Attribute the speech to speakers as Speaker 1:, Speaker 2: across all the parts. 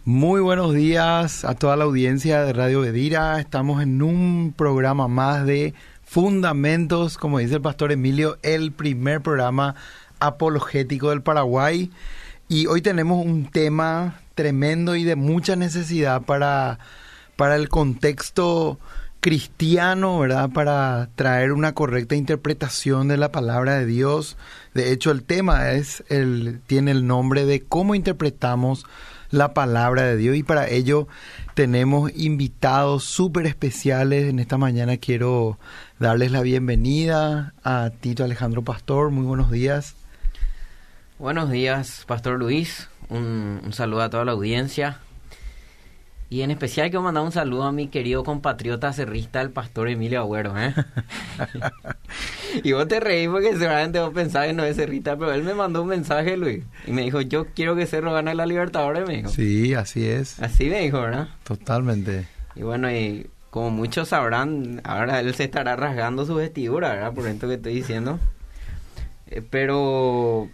Speaker 1: Muy buenos días a toda la audiencia de Radio Bedira. Estamos en un programa más de Fundamentos, como dice el pastor Emilio, el primer programa apologético del Paraguay. Y hoy tenemos un tema tremendo y de mucha necesidad para el contexto cristiano, ¿verdad? Para traer una correcta interpretación de la palabra de Dios. De hecho, el tema tiene el nombre de cómo interpretamos la palabra de Dios, y para ello tenemos invitados súper especiales. En esta mañana quiero darles la bienvenida a Tito Alejandro Pastor. Muy buenos días.
Speaker 2: Buenos días, Pastor Luis. Un saludo a toda la audiencia. Y en especial quiero mandar un saludo a mi querido compatriota cerrista, el Pastor Emilio Agüero, ¿eh? Y vos te reís porque seguramente vos pensás que no es cerrista, pero él me mandó un mensaje, Luis, y me dijo, yo quiero que Cerro gane la Libertadores, me dijo.
Speaker 1: Sí, así es.
Speaker 2: Así me dijo, ¿verdad?
Speaker 1: Totalmente.
Speaker 2: Y bueno, y como muchos sabrán, ahora él se estará rasgando su vestidura, ¿verdad? Por esto que estoy diciendo. Pero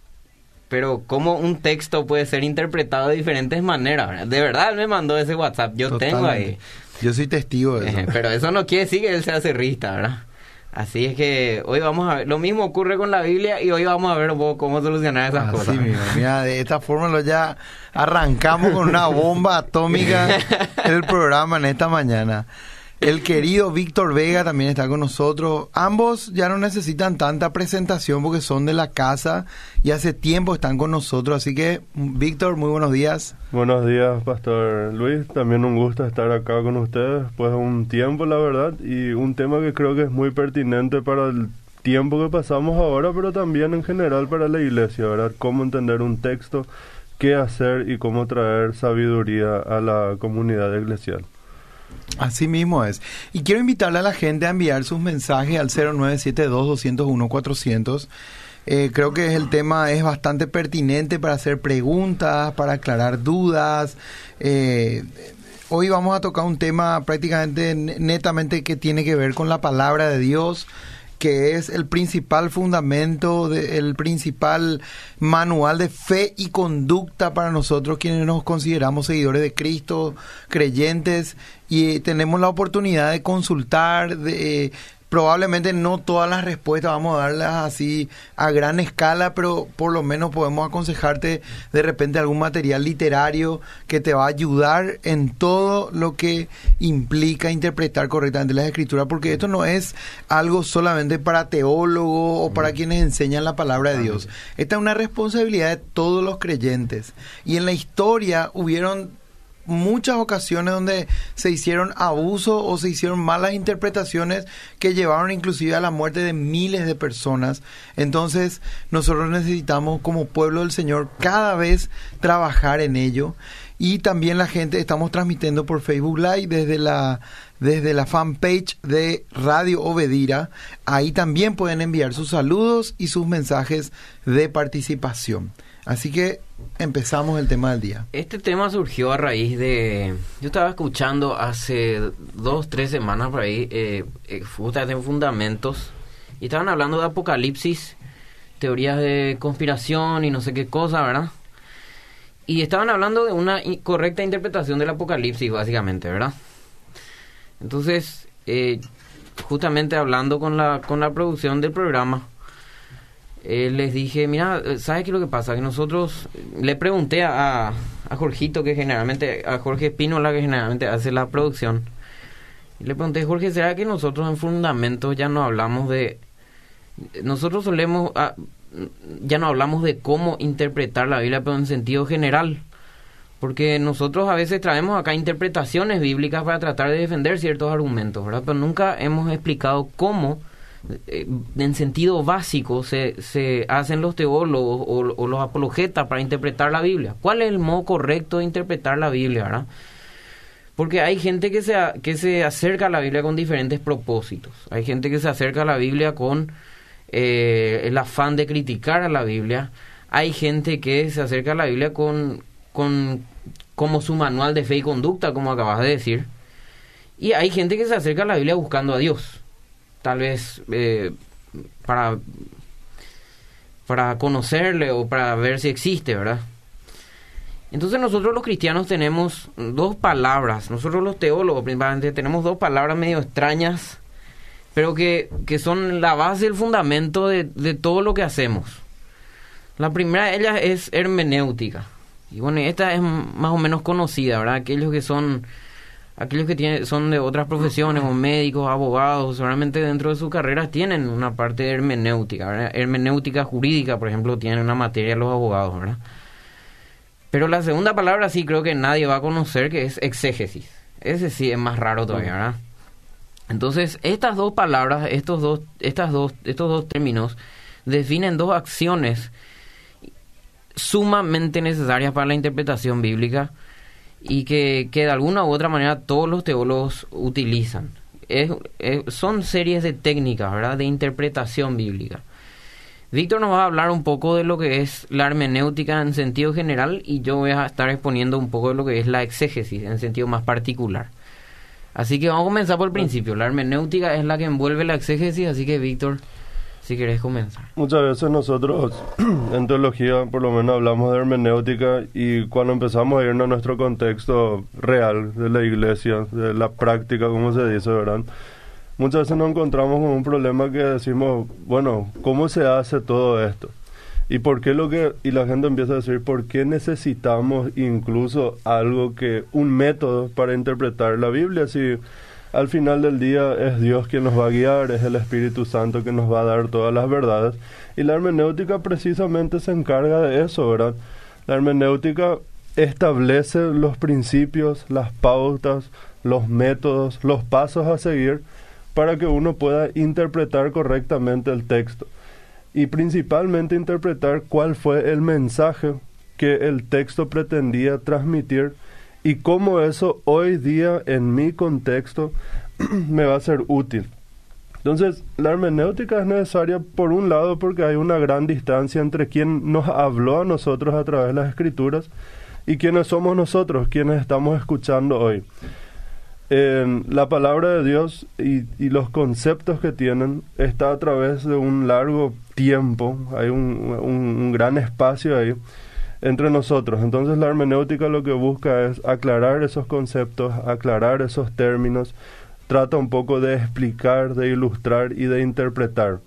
Speaker 2: cómo un texto puede ser interpretado de diferentes maneras, ¿verdad? De verdad, él me mandó ese WhatsApp, yo
Speaker 1: Totalmente.
Speaker 2: Tengo ahí.
Speaker 1: Yo soy testigo de eso.
Speaker 2: Pero eso no quiere decir que él sea cerrista, ¿verdad? Así es que hoy vamos a ver, lo mismo ocurre con la Biblia y hoy vamos a ver un poco cómo solucionar esas cosas.
Speaker 1: Así mismo, mira, de esta forma ya arrancamos con una bomba atómica el programa en esta mañana. El querido Víctor Vega también está con nosotros. Ambos ya no necesitan tanta presentación porque son de la casa y hace tiempo están con nosotros. Así que, Víctor, muy buenos días.
Speaker 3: Buenos días, Pastor Luis. También un gusto estar acá con ustedes después de un tiempo, la verdad. Y un tema que creo que es muy pertinente para el tiempo que pasamos ahora, pero también en general para la iglesia, ¿verdad? Cómo entender un texto, qué hacer y cómo traer sabiduría a la comunidad eclesial.
Speaker 1: Así mismo es. Y quiero invitarle a la gente a enviar sus mensajes al 0972-201-400. Creo que el tema es bastante pertinente para hacer preguntas, para aclarar dudas. Hoy vamos a tocar un tema prácticamente netamente que tiene que ver con la palabra de Dios, que es el principal fundamento, el principal manual de fe y conducta para nosotros quienes nos consideramos seguidores de Cristo, creyentes, y tenemos la oportunidad de consultar. Probablemente no todas las respuestas vamos a darlas así a gran escala, pero por lo menos podemos aconsejarte de repente algún material literario que te va a ayudar en todo lo que implica interpretar correctamente las escrituras, porque esto no es algo solamente para teólogos o para quienes enseñan la palabra de Dios. Esta es una responsabilidad de todos los creyentes. Y en la historia hubieron muchas ocasiones donde se hicieron abusos o se hicieron malas interpretaciones que llevaron inclusive a la muerte de miles de personas. Entonces nosotros necesitamos como pueblo del Señor cada vez trabajar en ello. Y también la gente, estamos transmitiendo por Facebook Live desde la fanpage de Radio Obedira. Ahí también pueden enviar sus saludos y sus mensajes de participación. Así que empezamos el tema del día.
Speaker 2: Este tema surgió a raíz de... Yo estaba escuchando hace 2-3 semanas por ahí, justamente en Fundamentos, y estaban hablando de Apocalipsis, teorías de conspiración y no sé qué cosa, ¿verdad? Y estaban hablando de una correcta interpretación del Apocalipsis, básicamente, ¿verdad? Entonces, justamente hablando con la producción del programa, les dije, mira, ¿sabes qué es lo que pasa? Que nosotros, le pregunté a Jorgito, a Jorge Espínola, que generalmente hace la producción, y le pregunté, Jorge, ¿será que nosotros en Fundamentos ya no hablamos de... Nosotros ya no hablamos de cómo interpretar la Biblia, pero en sentido general? Porque nosotros a veces traemos acá interpretaciones bíblicas para tratar de defender ciertos argumentos, ¿verdad? Pero nunca hemos explicado cómo... en sentido básico se hacen los teólogos o los apologetas para interpretar la Biblia. ¿Cuál es el modo correcto de interpretar la Biblia, verdad? Porque hay gente que se acerca a la Biblia con diferentes propósitos. Hay gente que se acerca a la Biblia con el afán de criticar a la Biblia. Hay gente que se acerca a la Biblia con como su manual de fe y conducta, como acabas de decir. Y hay gente que se acerca a la Biblia buscando a Dios. Tal vez para conocerle o para ver si existe, ¿verdad? Entonces nosotros los cristianos tenemos dos palabras, nosotros los teólogos principalmente tenemos dos palabras medio extrañas, pero que son la base, el fundamento de todo lo que hacemos. La primera de ellas es hermenéutica. Y bueno, esta es más o menos conocida, ¿verdad? Aquellos que son de otras profesiones, o médicos, abogados, seguramente dentro de sus carreras tienen una parte de hermenéutica, ¿verdad? Hermenéutica jurídica, por ejemplo, tienen una materia los abogados, ¿verdad? Pero la segunda palabra sí creo que nadie va a conocer, que es exégesis. Ese sí es más raro todavía, ¿verdad? Entonces, estas dos palabras, estos dos términos definen dos acciones sumamente necesarias para la interpretación bíblica y que de alguna u otra manera todos los teólogos utilizan. Son series de técnicas, ¿verdad?, de interpretación bíblica. Víctor nos va a hablar un poco de lo que es la hermenéutica en sentido general y yo voy a estar exponiendo un poco de lo que es la exégesis en sentido más particular. Así que vamos a comenzar por el principio. La hermenéutica es la que envuelve la exégesis, así que Víctor, si querés comenzar.
Speaker 3: Muchas veces nosotros en teología por lo menos hablamos de hermenéutica y cuando empezamos a irnos a nuestro contexto real de la iglesia, de la práctica, como se dice, ¿verdad? Muchas veces nos encontramos con un problema que decimos, bueno, ¿cómo se hace todo esto? ¿Y por qué y la gente empieza a decir, ¿por qué necesitamos incluso un método para interpretar la Biblia? Si al final del día es Dios quien nos va a guiar, es el Espíritu Santo que nos va a dar todas las verdades. Y la hermenéutica precisamente se encarga de eso, ¿verdad? La hermenéutica establece los principios, las pautas, los métodos, los pasos a seguir para que uno pueda interpretar correctamente el texto. Y principalmente interpretar cuál fue el mensaje que el texto pretendía transmitir y cómo eso hoy día en mi contexto me va a ser útil. Entonces, la hermenéutica es necesaria por un lado porque hay una gran distancia entre quien nos habló a nosotros a través de las Escrituras y quienes somos nosotros, quienes estamos escuchando hoy. La palabra de Dios y los conceptos que tienen está a través de un largo tiempo, hay un gran espacio ahí entre nosotros. Entonces la hermenéutica lo que busca es aclarar esos conceptos, aclarar esos términos, trata un poco de explicar, de ilustrar y de interpretar.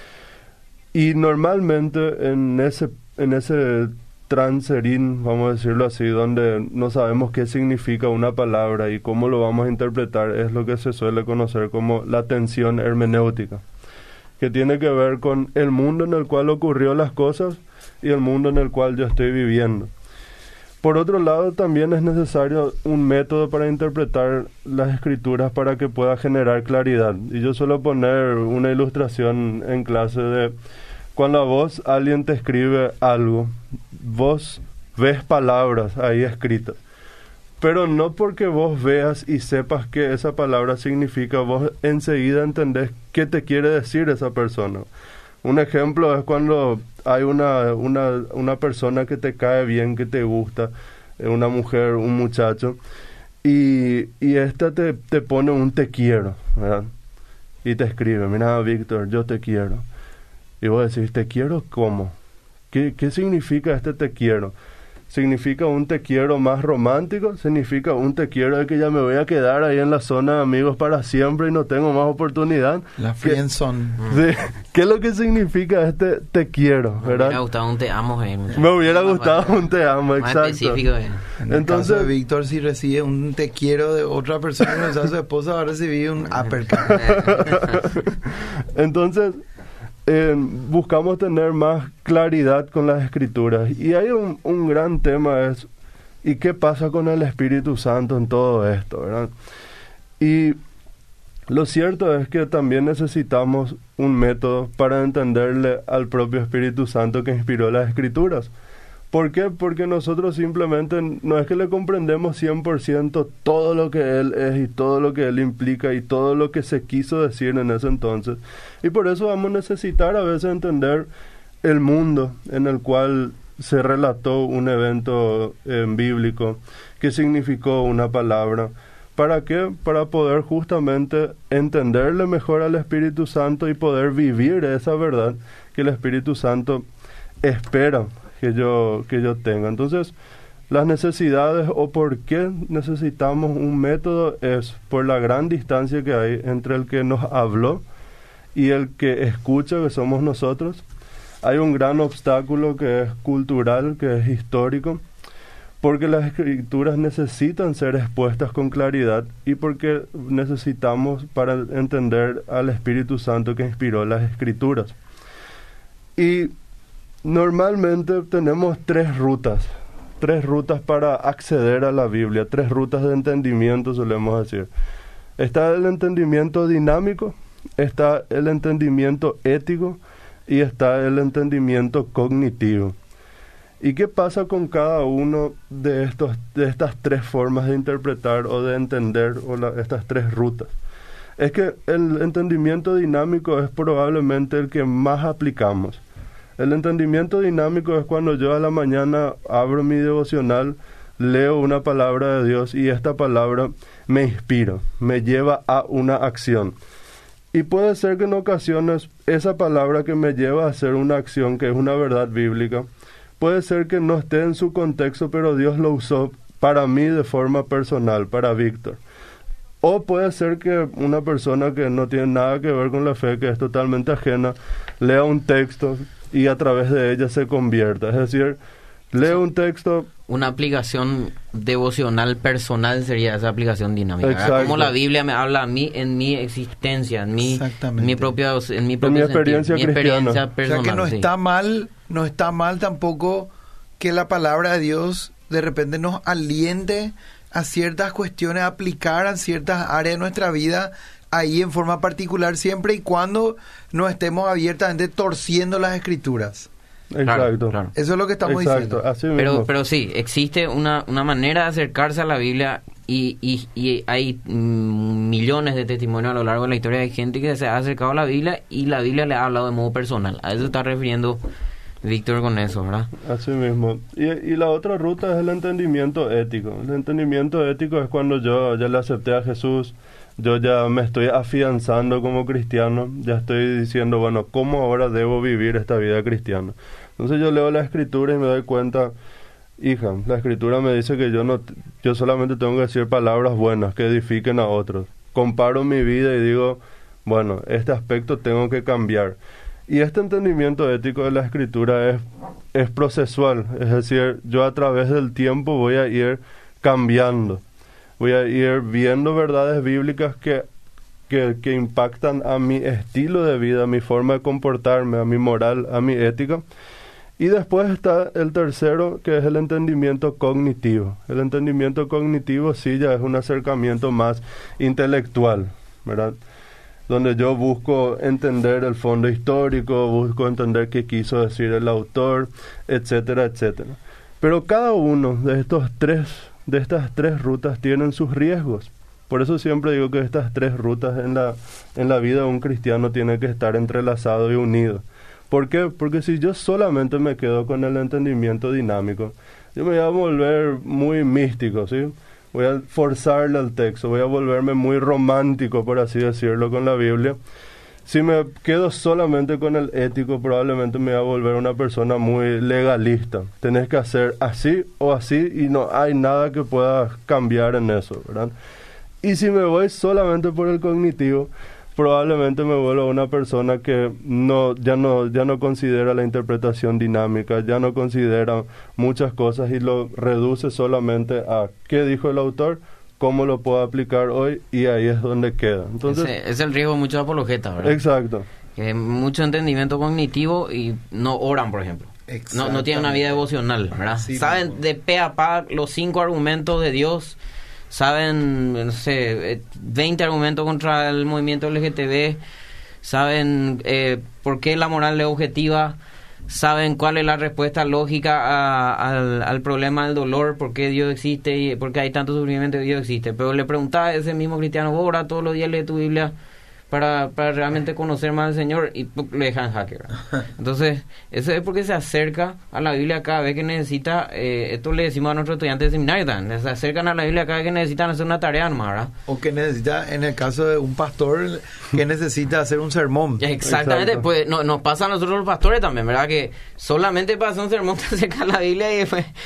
Speaker 3: Y normalmente en ese transerín, vamos a decirlo así, donde no sabemos qué significa una palabra y cómo lo vamos a interpretar, es lo que se suele conocer como la tensión hermenéutica, que tiene que ver con el mundo en el cual ocurrió las cosas y el mundo en el cual yo estoy viviendo. Por otro lado, también es necesario un método para interpretar las Escrituras para que pueda generar claridad. Y yo suelo poner una ilustración en clase de cuando a vos alguien te escribe algo, vos ves palabras ahí escritas, pero no porque vos veas y sepas qué esa palabra significa, vos enseguida entendés qué te quiere decir esa persona. Un ejemplo es cuando hay una persona que te cae bien, que te gusta, una mujer, un muchacho, y esta te pone un te quiero, ¿verdad? Y te escribe, mira Víctor, yo te quiero. Y vos decís, ¿te quiero cómo? ¿Qué significa este te quiero? ¿Significa un te quiero más romántico? ¿Significa un te quiero de que ya me voy a quedar ahí en la zona de amigos para siempre y no tengo más oportunidad?
Speaker 1: La friendzone.
Speaker 3: Sí. ¿Qué es lo que significa este te quiero, verdad?
Speaker 2: Me hubiera gustado un te amo.
Speaker 3: Me hubiera gustado un te amo, exacto.
Speaker 2: Más específico.
Speaker 1: En el caso de Víctor, si recibe un te quiero de otra persona, no sea su esposa, va a recibir un uppercut.
Speaker 3: Entonces buscamos tener más claridad con las Escrituras y hay un gran tema ¿y qué pasa con el Espíritu Santo en todo esto, verdad? Y lo cierto es que también necesitamos un método para entenderle al propio Espíritu Santo que inspiró las Escrituras. ¿Por qué? Porque nosotros simplemente no es que le comprendemos 100% todo lo que Él es y todo lo que Él implica y todo lo que se quiso decir en ese entonces. Y por eso vamos a necesitar a veces entender el mundo en el cual se relató un evento bíblico, qué significó una palabra. ¿Para qué? Para poder justamente entenderle mejor al Espíritu Santo y poder vivir esa verdad que el Espíritu Santo espera que yo tenga. Entonces, Las necesidades o por qué necesitamos un método es por la gran distancia que hay entre el que nos habló y el que escucha, que somos nosotros. Hay un gran obstáculo que es cultural, que es histórico, porque las escrituras necesitan ser expuestas con claridad y porque necesitamos para entender al Espíritu Santo que inspiró las escrituras. Y normalmente tenemos tres rutas para acceder a la Biblia, 3 rutas de entendimiento, solemos decir. Está el entendimiento dinámico, está el entendimiento ético y está el entendimiento cognitivo. ¿Y qué pasa con cada uno de estas 3 formas de interpretar o de entender estas 3 rutas? Es que el entendimiento dinámico es probablemente el que más aplicamos. El entendimiento dinámico es cuando yo a la mañana abro mi devocional, leo una palabra de Dios y esta palabra me inspira, me lleva a una acción. Y puede ser que en ocasiones esa palabra que me lleva a hacer una acción que es una verdad bíblica, puede ser que no esté en su contexto, pero Dios lo usó para mí de forma personal, para Víctor. O puede ser que una persona que no tiene nada que ver con la fe, que es totalmente ajena, lea un texto y a través de ella se convierta. Es decir, lee un texto...
Speaker 2: Una aplicación devocional personal sería esa aplicación dinámica.
Speaker 3: Exacto.
Speaker 2: Como la Biblia me habla a mí en mi existencia, en mi propia
Speaker 3: experiencia cristiana.
Speaker 2: Personal.
Speaker 1: O sea que no está mal tampoco que la palabra de Dios de repente nos aliente a ciertas cuestiones, a aplicar a ciertas áreas de nuestra vida ahí en forma particular, siempre y cuando no estemos abiertamente torciendo las escrituras.
Speaker 3: Exacto.
Speaker 2: Claro.
Speaker 1: Eso es lo que estamos diciendo.
Speaker 3: Así mismo.
Speaker 2: Pero sí, existe una manera de acercarse a la Biblia y hay millones de testimonios a lo largo de la historia de gente que se ha acercado a la Biblia y la Biblia le ha hablado de modo personal. A eso se está refiriendo Víctor con eso, ¿verdad?
Speaker 3: Así mismo. Y la otra ruta es el entendimiento ético. El entendimiento ético es cuando yo ya le acepté a Jesús, yo ya me estoy afianzando como cristiano, ya estoy diciendo, bueno, ¿cómo ahora debo vivir esta vida cristiana? Entonces yo leo la escritura y me doy cuenta, hija, la escritura me dice que yo solamente tengo que decir palabras buenas que edifiquen a otros. Comparo mi vida y digo, bueno, este aspecto tengo que cambiar. Y este entendimiento ético de la escritura es procesual, es decir, yo a través del tiempo voy a ir cambiando. Voy a ir viendo verdades bíblicas que impactan a mi estilo de vida, a mi forma de comportarme, a mi moral, a mi ética. Y después está el tercero, que es el entendimiento cognitivo. El entendimiento cognitivo sí ya es un acercamiento más intelectual, ¿verdad? Donde yo busco entender el fondo histórico, busco entender qué quiso decir el autor, etcétera, etcétera. Pero cada uno de estas tres rutas tienen sus riesgos. Por eso siempre digo que estas 3 rutas en la vida de un cristiano tienen que estar entrelazados y unidos. ¿Por qué? Porque si yo solamente me quedo con el entendimiento dinámico, yo me voy a volver muy místico, ¿sí? Voy a forzarle al texto, voy a volverme muy romántico, por así decirlo, con la Biblia. Si me quedo solamente con el ético, probablemente me voy a volver una persona muy legalista. Tenés que hacer así o así y no hay nada que pueda cambiar en eso, ¿verdad? Y si me voy solamente por el cognitivo, probablemente me vuelva una persona que ya no considera la interpretación dinámica, ya no considera muchas cosas y lo reduce solamente a qué dijo el autor, cómo lo puedo aplicar hoy, y ahí es donde queda. Entonces,
Speaker 2: es el riesgo de muchos apologetas, ¿verdad?
Speaker 3: Exacto.
Speaker 2: Que mucho entendimiento cognitivo y no oran, por ejemplo. No tienen una vida devocional, ¿verdad? Sí, saben de pe a pa los 5 argumentos de Dios, saben, no sé, 20 argumentos contra el movimiento LGTB, saben por qué la moral es objetiva, saben cuál es la respuesta lógica al problema del dolor, por qué Dios existe y por qué hay tanto sufrimiento y Dios existe. Pero le preguntaba a ese mismo cristiano, vos orás todos los días, lee tu Biblia para realmente conocer más al Señor, y le dejan jaque, ¿verdad? Entonces, eso es porque se acerca a la Biblia cada vez que necesita, esto le decimos a nuestros estudiantes de seminario también, se acercan a la Biblia cada vez que necesitan hacer una tarea nomás, ¿verdad?
Speaker 1: O que necesita, en el caso de un pastor que necesita hacer un sermón.
Speaker 2: Exactamente. Exacto. Pues nos pasa a nosotros los pastores también, ¿verdad? Que solamente para hacer un sermón te acerca a la Biblia y después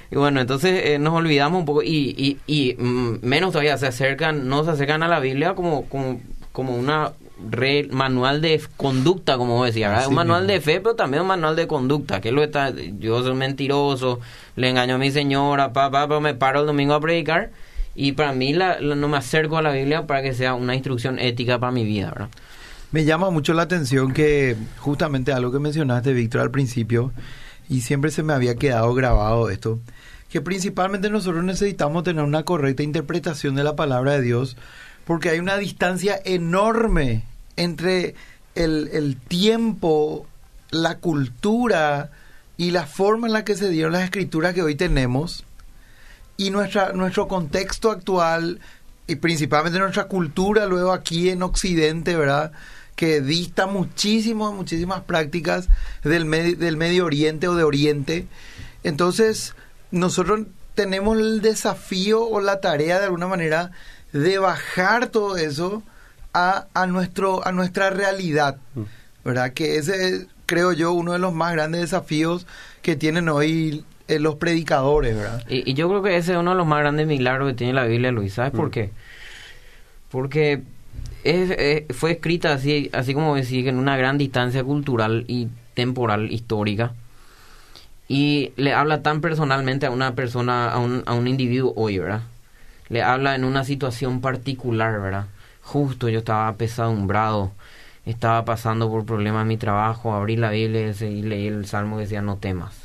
Speaker 2: Y bueno, entonces nos olvidamos un poco menos todavía no se acercan a la Biblia como una manual de conducta, como vos decías, ¿verdad? Un manual de fe, pero también un manual de conducta. Que yo soy mentiroso, le engaño a mi señora, pero me paro el domingo a predicar, y para mí no me acerco a la Biblia para que sea una instrucción ética para mi vida, ¿verdad?
Speaker 1: Me llama mucho la atención que justamente algo que mencionaste, Víctor, al principio, y siempre se me había quedado grabado esto, que principalmente nosotros necesitamos tener una correcta interpretación de la palabra de Dios, porque hay una distancia enorme entre el tiempo, la cultura y la forma en la que se dieron las escrituras que hoy tenemos, y nuestro contexto actual, y principalmente nuestra cultura luego aquí en Occidente, ¿verdad?, que dista muchísimas prácticas del Medio Oriente o de Oriente. Entonces nosotros tenemos el desafío o la tarea de alguna manera de bajar todo eso a nuestra realidad, ¿verdad? Que ese es, creo yo, uno de los más grandes desafíos que tienen hoy los predicadores, ¿verdad?
Speaker 2: Y yo creo que ese es uno de los más grandes milagros que tiene la Biblia, Luis. ¿Sabes por qué? Porque fue escrita así como decía, en una gran distancia cultural y temporal histórica, y le habla tan personalmente a una persona, a un individuo hoy, ¿verdad? Le habla en una situación particular, ¿verdad? Justo yo estaba apesadumbrado, estaba pasando por problemas en mi trabajo, abrí la Biblia y leí el Salmo que decía no temas,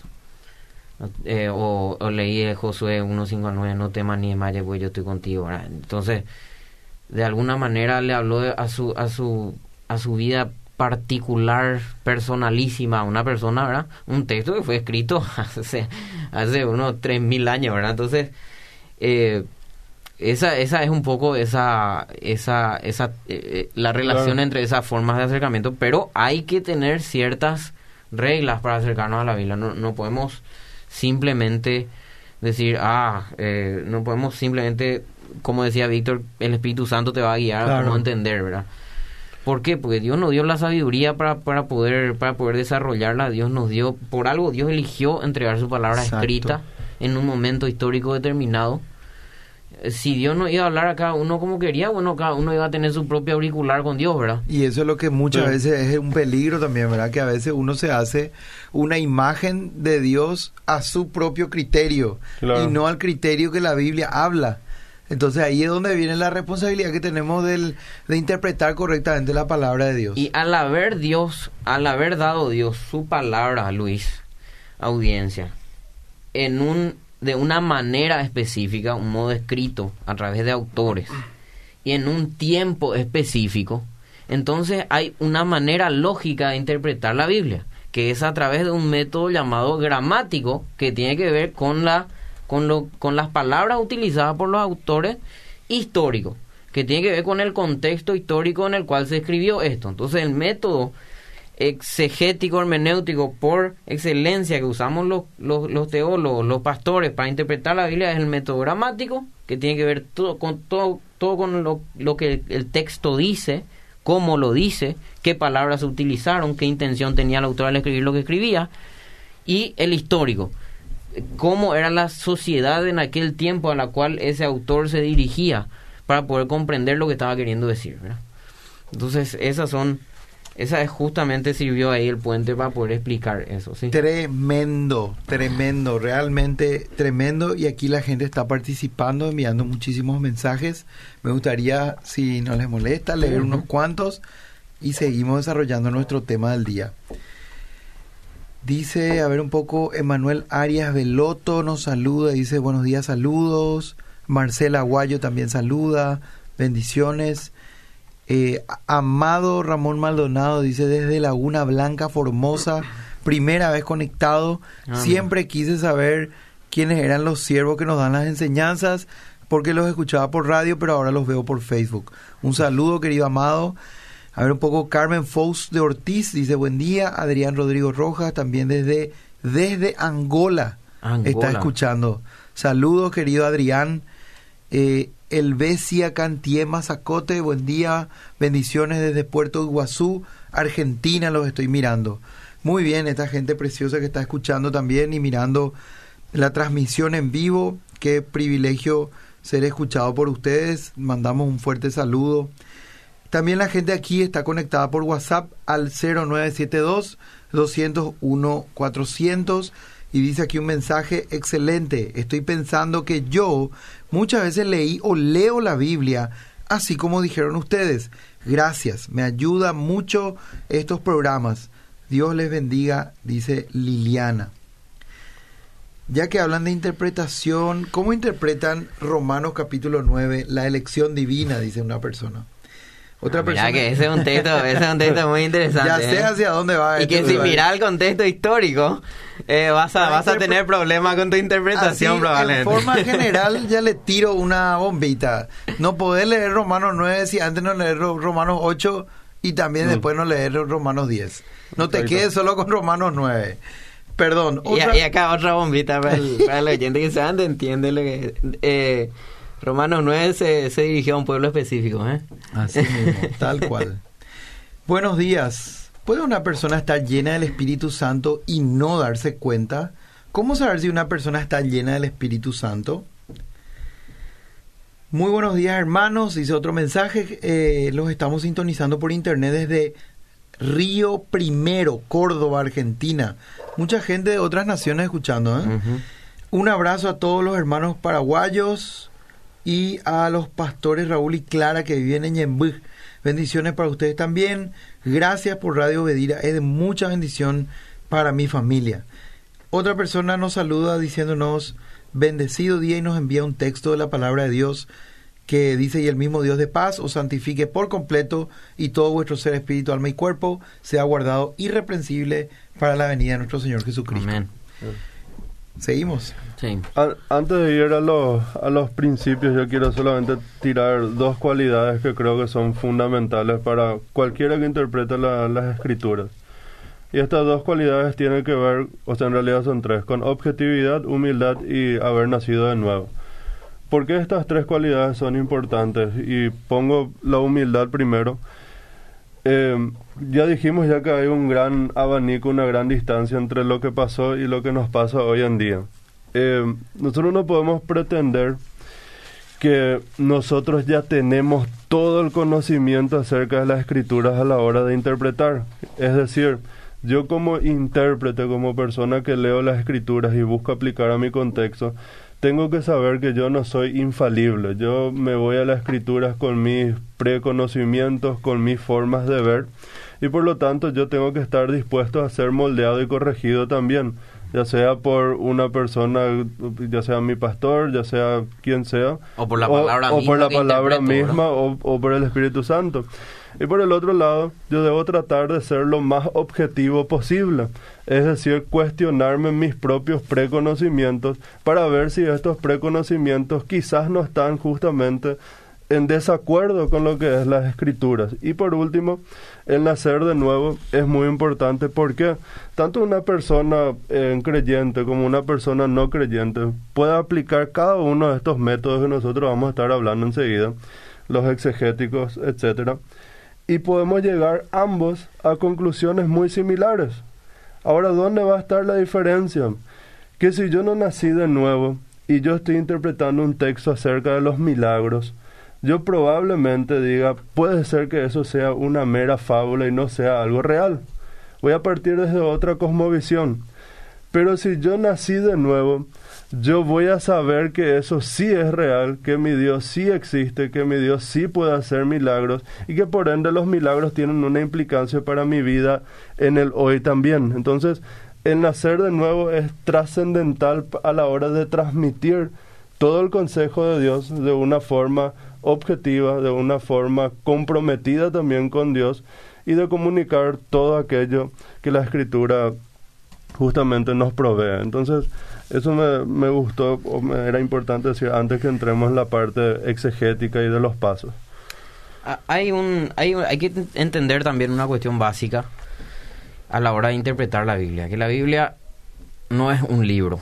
Speaker 2: o leí Josué 1:5-9, no temas ni desmayes, pues yo estoy contigo, ¿verdad? Entonces, de alguna manera le habló a su vida particular, personalísima, a una persona, ¿verdad? Un texto que fue escrito hace unos 3.000 años, ¿verdad? Entonces, esa es un poco la relación entre esas formas de acercamiento, pero hay que tener ciertas reglas para acercarnos a la Biblia. No podemos simplemente decir, no podemos simplemente, como decía Víctor, el Espíritu Santo te va a guiar a cómo entender, ¿verdad? ¿Por qué? Porque Dios nos dio la sabiduría para poder desarrollarla. Dios nos dio, por algo Dios eligió entregar su palabra escrita en un momento histórico determinado. Si Dios no iba a hablar a cada uno como quería, bueno, cada uno iba a tener su propio auricular con Dios, ¿verdad?
Speaker 1: Y eso es lo que muchas veces es un peligro también, ¿verdad? Que a veces uno se hace una imagen de Dios a su propio criterio, y no al criterio que la Biblia habla. Entonces ahí es donde viene la responsabilidad que tenemos de interpretar correctamente la palabra de Dios.
Speaker 2: Y al haber dado Dios su palabra, Luis, audiencia, de una manera específica, un modo escrito a través de autores y en un tiempo específico, entonces hay una manera lógica de interpretar la Biblia, que es a través de un método llamado gramático, que tiene que ver con las palabras utilizadas por los autores históricos, que tiene que ver con el contexto histórico en el cual se escribió esto. Entonces el método exegético, hermenéutico por excelencia que usamos los teólogos, los pastores para interpretar la Biblia es el método gramático, que tiene que ver todo con lo que el texto dice, cómo lo dice, qué palabras se utilizaron, qué intención tenía el autor al escribir lo que escribía, y el histórico, cómo era la sociedad en aquel tiempo a la cual ese autor se dirigía para poder comprender lo que estaba queriendo decir, ¿verdad? Entonces esa es justamente, sirvió ahí el puente para poder explicar eso, ¿sí?
Speaker 1: Tremendo, realmente tremendo, y aquí la gente está participando, enviando muchísimos mensajes. Me gustaría, si no les molesta, leer unos cuantos y seguimos desarrollando nuestro tema del día. Dice, a ver un poco, Emanuel Arias Veloto nos saluda, dice buenos días, saludos. Marcela Aguayo también saluda, bendiciones. Amado Ramón Maldonado dice desde Laguna Blanca, Formosa, primera vez conectado. Siempre quise saber quiénes eran los siervos que nos dan las enseñanzas, porque los escuchaba por radio, pero ahora los veo por Facebook. Un saludo, querido Amado. A ver un poco, Carmen Fous de Ortiz dice buen día. Adrián Rodrigo Rojas también desde Angola está escuchando. Saludos, querido Adrián. Elvesia Cantiema Zacote, buen día, bendiciones desde Puerto Iguazú, Argentina, los estoy mirando. Muy bien, esta gente preciosa que está escuchando también y mirando la transmisión en vivo. Qué privilegio ser escuchado por ustedes. Mandamos un fuerte saludo. También la gente aquí está conectada por WhatsApp al 0972-201-400 y dice aquí un mensaje excelente. Estoy pensando que yo muchas veces leí o leo la Biblia así como dijeron ustedes. Gracias, me ayuda mucho estos programas. Dios les bendiga, dice Liliana. Ya que hablan de interpretación, ¿cómo interpretan Romanos capítulo 9, la elección divina? Dice una persona. Otra persona.
Speaker 2: Mira que ese es un texto muy interesante.
Speaker 1: Ya sé hacia dónde va.
Speaker 2: Y que si miras el contexto histórico, vas a tener problemas con tu interpretación así, probablemente.
Speaker 1: En forma general, ya le tiro una bombita. No podés leer Romanos 9 si antes no leer Romanos 8 y también después no leer Romanos 10. No te quedes solo con Romanos 9. Perdón.
Speaker 2: Y acá otra bombita para el oyente que se entiende lo que... Romanos 9 se dirigió a un pueblo específico, ¿eh?
Speaker 1: Así mismo, tal cual. Buenos días. ¿Puede una persona estar llena del Espíritu Santo y no darse cuenta? ¿Cómo saber si una persona está llena del Espíritu Santo? Muy buenos días, hermanos. Dice otro mensaje. Los estamos sintonizando por internet desde Río Primero, Córdoba, Argentina. Mucha gente de otras naciones escuchando, ¿eh? Uh-huh. Un abrazo a todos los hermanos paraguayos y a los pastores Raúl y Clara que viven en Ñemby. Bendiciones para ustedes también. Gracias por Radio Bedira. Es de mucha bendición para mi familia. Otra persona nos saluda diciéndonos bendecido día y nos envía un texto de la palabra de Dios que dice: y el mismo Dios de paz os santifique por completo y todo vuestro ser, espíritu, alma y cuerpo sea guardado irreprensible para la venida de nuestro Señor Jesucristo.
Speaker 2: Amén.
Speaker 1: Seguimos.
Speaker 2: Sí.
Speaker 3: Antes de ir a los principios, yo quiero solamente tirar dos cualidades que creo que son fundamentales para cualquiera que interprete las escrituras. Y estas dos cualidades tienen que ver, o sea, en realidad son tres, con objetividad, humildad y haber nacido de nuevo. ¿Por qué estas tres cualidades son importantes? Y pongo la humildad primero. Ya dijimos ya que hay un gran abanico, una gran distancia entre lo que pasó y lo que nos pasa hoy en día. Nosotros no podemos pretender que nosotros ya tenemos todo el conocimiento acerca de las escrituras a la hora de interpretar. Es decir, yo como intérprete, como persona que leo las escrituras y busco aplicar a mi contexto, tengo que saber que yo no soy infalible. Yo me voy a las escrituras con mis preconocimientos, con mis formas de ver, y por lo tanto yo tengo que estar dispuesto a ser moldeado y corregido también, ya sea por una persona, ya sea mi pastor, ya sea quien sea,
Speaker 2: o por la palabra misma,
Speaker 3: o por el Espíritu Santo. Y por el otro lado, yo debo tratar de ser lo más objetivo posible, es decir, cuestionarme mis propios preconocimientos para ver si estos preconocimientos quizás no están justamente en desacuerdo con lo que es las escrituras. Y por último, el nacer de nuevo es muy importante porque tanto una persona creyente como una persona no creyente puede aplicar cada uno de estos métodos que nosotros vamos a estar hablando enseguida, los exegéticos, etcétera, y podemos llegar ambos a conclusiones muy similares. Ahora, ¿dónde va a estar la diferencia? Que si yo no nací de nuevo y yo estoy interpretando un texto acerca de los milagros, yo probablemente diga, puede ser que eso sea una mera fábula y no sea algo real. Voy a partir desde otra cosmovisión. Pero si yo nací de nuevo, yo voy a saber que eso sí es real, que mi Dios sí existe, que mi Dios sí puede hacer milagros y que por ende los milagros tienen una implicancia para mi vida en el hoy también. Entonces, el nacer de nuevo es trascendental a la hora de transmitir todo el consejo de Dios de una forma objetiva, de una forma comprometida también con Dios y de comunicar todo aquello que la Escritura justamente nos provee. Entonces, eso me gustó, o me era importante decir antes que entremos en la parte exegética y de los pasos.
Speaker 2: Hay que entender también una cuestión básica a la hora de interpretar la Biblia, que la Biblia no es un libro.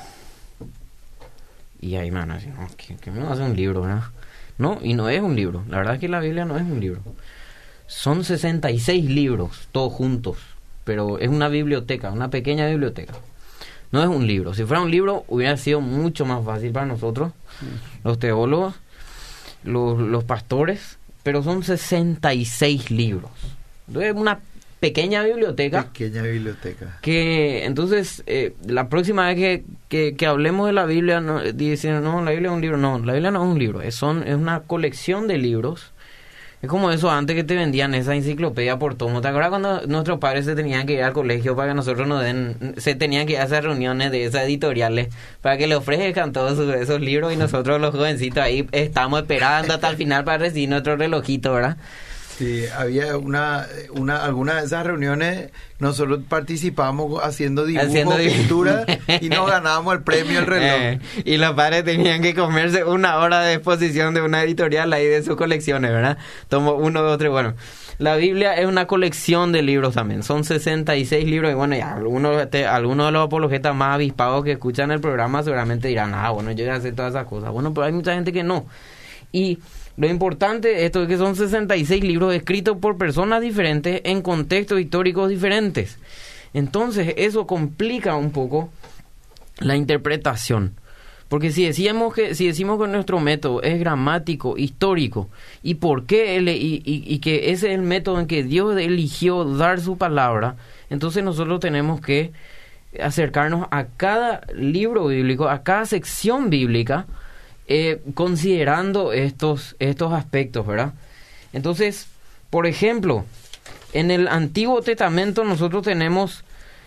Speaker 2: Y ahí me van a decir, no, ¿qué me hace un libro, verdad? No, y no es un libro. La verdad es que la Biblia no es un libro. Son 66 libros, todos juntos. Pero es una biblioteca, una pequeña biblioteca. No es un libro. Si fuera un libro, hubiera sido mucho más fácil para nosotros, los teólogos, los pastores, pero son 66 libros. Entonces, una pequeña biblioteca. Que entonces, la próxima vez que hablemos de la Biblia, dicen, no, la Biblia es un libro. No, la Biblia no es un libro, es una colección de libros. Es como eso antes que te vendían esa enciclopedia por tomo. ¿Te acuerdas cuando nuestros padres se tenían que ir al colegio para que nosotros se tenían que ir a hacer reuniones de esas editoriales para que le ofrezcan todos esos libros y nosotros los jovencitos ahí estamos esperando hasta el final para recibir nuestro relojito, ¿verdad?
Speaker 1: Sí, había alguna de esas reuniones, nosotros participamos haciendo dibujos, pintura, y nos ganábamos el premio, el reloj.
Speaker 2: Y los padres tenían que comerse 1 hora de exposición de una editorial ahí de sus colecciones, ¿verdad? Tomo 1, 2, 3, bueno. La Biblia es una colección de libros también, son 66 libros, y bueno, ya algunos de los apologetas más avispados que escuchan el programa seguramente dirán, bueno, yo ya sé todas esas cosas. Bueno, pero hay mucha gente que no. Y lo importante esto es que son 66 libros escritos por personas diferentes en contextos históricos diferentes. Entonces eso complica un poco la interpretación. Porque si decimos que nuestro método es gramático, histórico, y por qué y que ese es el método en que Dios eligió dar su palabra, entonces nosotros tenemos que acercarnos a cada libro bíblico, a cada sección bíblica, considerando estos aspectos, ¿verdad? Entonces, por ejemplo, en el Antiguo Testamento tenemos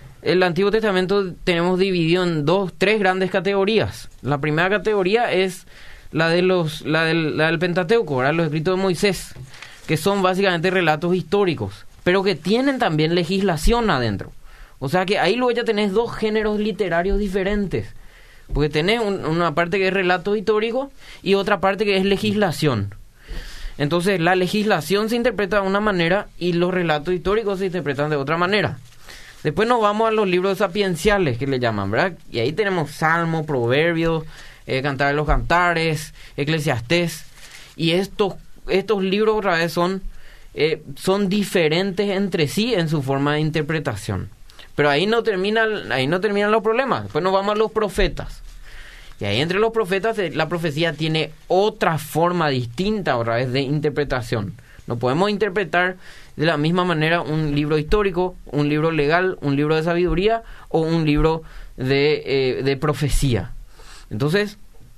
Speaker 2: dividido en 3 grandes categorías. La primera categoría es la del Pentateuco, ¿verdad? Los escritos de Moisés, que son básicamente relatos históricos, pero que tienen también legislación adentro. O sea que ahí luego ya tenés 2 géneros literarios diferentes. Porque tenés una parte que es relato histórico y otra parte que es legislación. Entonces, la legislación se interpreta de una manera y los relatos históricos se interpretan de otra manera. Después nos vamos a los libros sapienciales, que le llaman, ¿verdad? Y ahí tenemos Salmo, Proverbios, Cantar de los Cantares, Eclesiastés. Y estos libros otra vez son diferentes entre sí en su forma de interpretación. Pero ahí no terminan los problemas. Después nos vamos a los profetas. Y ahí entre los profetas la profecía tiene otra forma distinta otra vez de interpretación. No podemos interpretar de la misma manera un libro histórico, un libro legal, un libro de sabiduría o un libro de profecía. Entonces,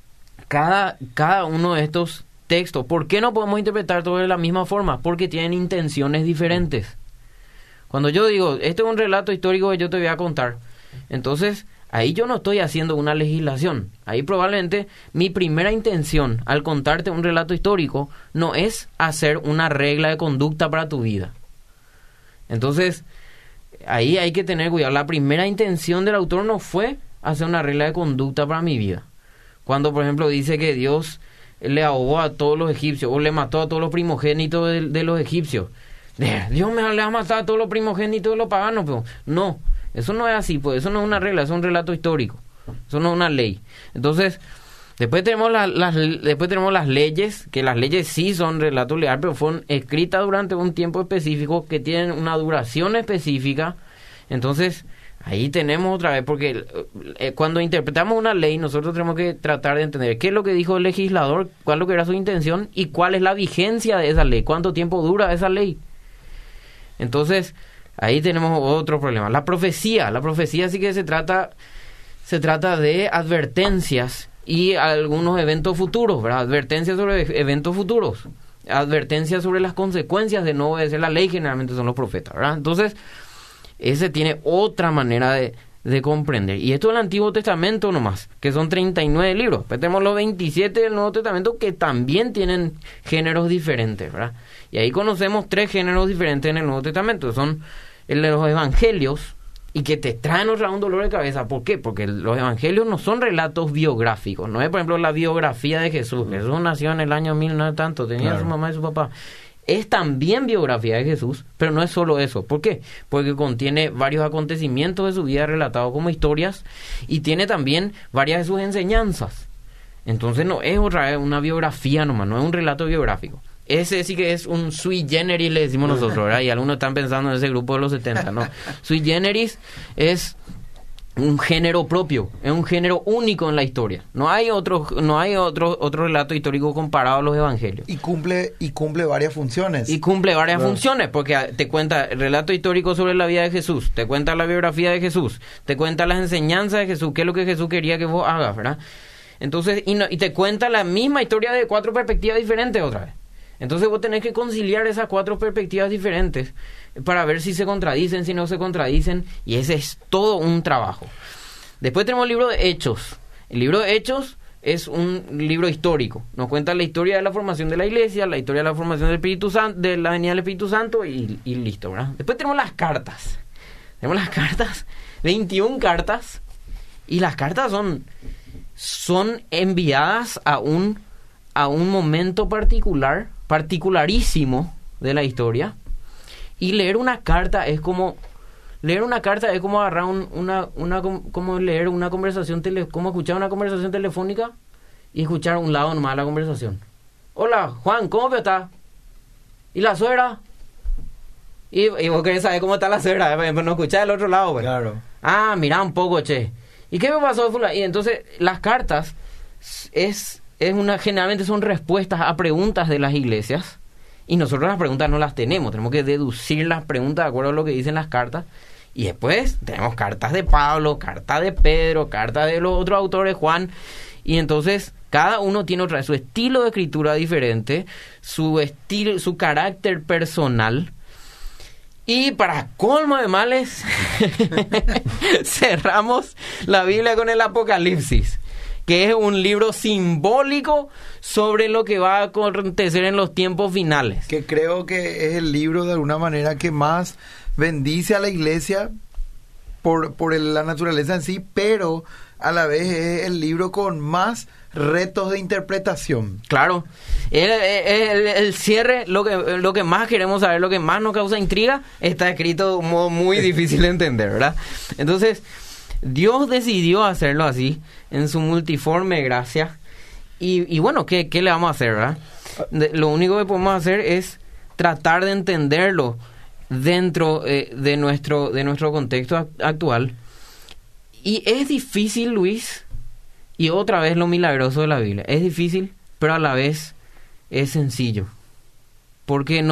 Speaker 2: cada uno de estos textos, ¿por qué no podemos interpretar todo de la misma forma? Porque tienen intenciones diferentes. Cuando yo digo, este es un relato histórico que yo te voy a contar, entonces ahí yo no estoy haciendo una legislación. Ahí probablemente mi primera intención al contarte un relato histórico no es hacer una regla de conducta para tu vida. Entonces, ahí hay que tener cuidado. La primera intención del autor no fue hacer una regla de conducta para mi vida. Cuando, por ejemplo, dice que Dios le ahogó a todos los egipcios o le mató a todos los primogénitos de los egipcios. Dios le va a matar a todos los primogénitos de los paganos, pero no, eso no es así, pues eso no es una regla, eso es un relato histórico, eso no es una ley. Entonces, después tenemos las leyes, que las leyes sí son relatos legales, pero fueron escritas durante un tiempo específico, que tienen una duración específica. Entonces, ahí tenemos otra vez, porque cuando interpretamos una ley, nosotros tenemos que tratar de entender qué es lo que dijo el legislador, cuál es lo que era su intención y cuál es la vigencia de esa ley, cuánto tiempo dura esa ley. Entonces, ahí tenemos otro problema. La profecía sí que se trata de advertencias y algunos eventos futuros, ¿verdad? Advertencias sobre eventos futuros, advertencias sobre las consecuencias de no obedecer la ley, generalmente son los profetas, ¿verdad? Entonces, ese tiene otra manera de comprender. Y esto es el Antiguo Testamento nomás, que son 39 libros. Después tenemos los 27 del Nuevo Testamento, que también tienen géneros diferentes, ¿verdad? Y ahí conocemos 3 géneros diferentes en el Nuevo Testamento. Son el de los evangelios, y que te traen un dolor de cabeza. ¿Por qué? Porque los evangelios no son relatos biográficos. No es, por ejemplo, la biografía de Jesús. Jesús nació en el año 1900 tanto, tenía su mamá y su papá. Es también biografía de Jesús, pero no es solo eso. ¿Por qué? Porque contiene varios acontecimientos de su vida relatados como historias y tiene también varias de sus enseñanzas. Entonces no es otra vez una biografía nomás, no es un relato biográfico. Ese sí que es un sui generis, le decimos nosotros, ¿verdad? Y algunos están pensando en ese grupo de los 70, ¿no? Sui generis es un género propio, es un género único en la historia. No hay otro relato histórico comparado a los evangelios.
Speaker 1: Y cumple varias funciones.
Speaker 2: Y cumple varias funciones, porque te cuenta el relato histórico sobre la vida de Jesús, te cuenta la biografía de Jesús, te cuenta las enseñanzas de Jesús, qué es lo que Jesús quería que vos hagas, ¿verdad? Entonces, y te cuenta la misma historia de 4 perspectivas diferentes otra vez. Entonces vos tenés que conciliar esas 4 perspectivas diferentes para ver si se contradicen, si no se contradicen, y ese es todo un trabajo. Después tenemos el libro de Hechos. El libro de Hechos es un libro histórico. Nos cuenta la historia de la formación de la iglesia, la historia de la formación del Espíritu Santo, de la venida del Espíritu Santo y listo, ¿verdad? Después tenemos las cartas. Tenemos las cartas, 21 cartas, y las cartas son enviadas a un momento particularísimo de la historia. Y leer una carta es como agarrar como leer una conversación como escuchar una conversación telefónica y escuchar un lado nomás de la conversación. Hola, Juan, ¿cómo estás? ¿Y la suegra? Y vos querés saber cómo está la suegra, pero no escuchás el otro lado, pues.
Speaker 1: Claro.
Speaker 2: Ah, mira un poco, che. ¿Y qué me pasó, fulano? Y entonces las cartas generalmente son respuestas a preguntas de las iglesias, y nosotros las preguntas no las tenemos que deducir las preguntas de acuerdo a lo que dicen las cartas. Y después tenemos cartas de Pablo, cartas de Pedro, cartas de los otros autores, Juan, y entonces cada uno tiene su estilo de escritura diferente, su carácter personal. Y para colmo de males cerramos la Biblia con el Apocalipsis, que es un libro simbólico sobre lo que va a acontecer en los tiempos finales.
Speaker 1: Que creo que es el libro de alguna manera que más bendice a la iglesia por la naturaleza en sí, pero a la vez es el libro con más retos de interpretación.
Speaker 2: Claro, el cierre, lo que más queremos saber, lo que más nos causa intriga, está escrito de un modo muy difícil de entender, ¿verdad? Entonces, Dios decidió hacerlo así, en su multiforme gracia. Y bueno, ¿qué le vamos a hacer, verdad? Lo único que podemos hacer es tratar de entenderlo dentro de nuestro contexto actual. Y es difícil, Luis, y otra vez lo milagroso de la Biblia. Es difícil, pero a la vez es sencillo. Porque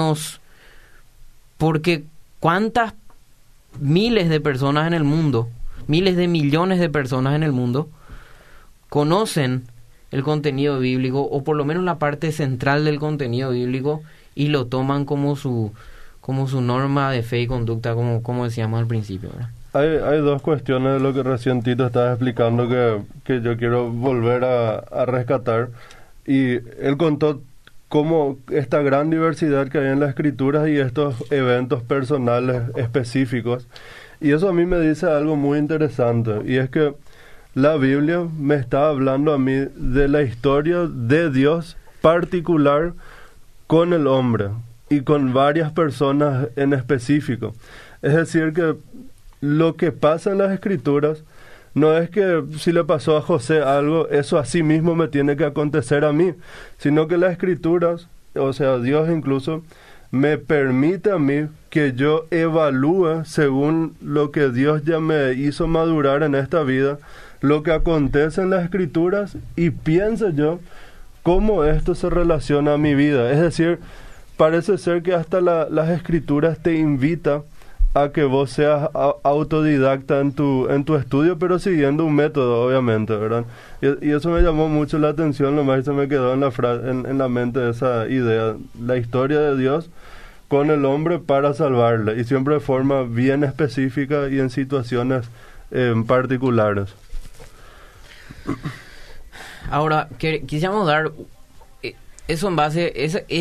Speaker 2: cuántas miles de personas en el mundo, miles de millones de personas en el mundo conocen el contenido bíblico, o por lo menos la parte central del contenido bíblico, y lo toman como su norma de fe y conducta, como decíamos al principio, ¿verdad?
Speaker 3: Hay 2 cuestiones de lo que recién Tito estaba explicando que yo quiero volver a rescatar. Y él contó cómo esta gran diversidad que hay en las escrituras y estos eventos personales específicos. Y eso a mí me dice algo muy interesante, y es que la Biblia me está hablando a mí de la historia de Dios particular con el hombre y con varias personas en específico. Es decir, que lo que pasa en las escrituras no es que si le pasó a José algo, eso así mismo me tiene que acontecer a mí, sino que las escrituras, o sea, Dios incluso, me permite a mí que yo evalúe según lo que Dios ya me hizo madurar en esta vida, lo que acontece en las escrituras, y piense yo cómo esto se relaciona a mi vida. Es decir, parece ser que hasta las escrituras te invitan a que vos seas autodidacta en tu estudio, pero siguiendo un método, obviamente, ¿verdad? Y eso me llamó mucho la atención, nomás se me quedó en la mente esa idea, la historia de Dios con el hombre para salvarle, y siempre de forma bien específica y en situaciones particulares.
Speaker 2: Ahora, quisiéramos dar eso en base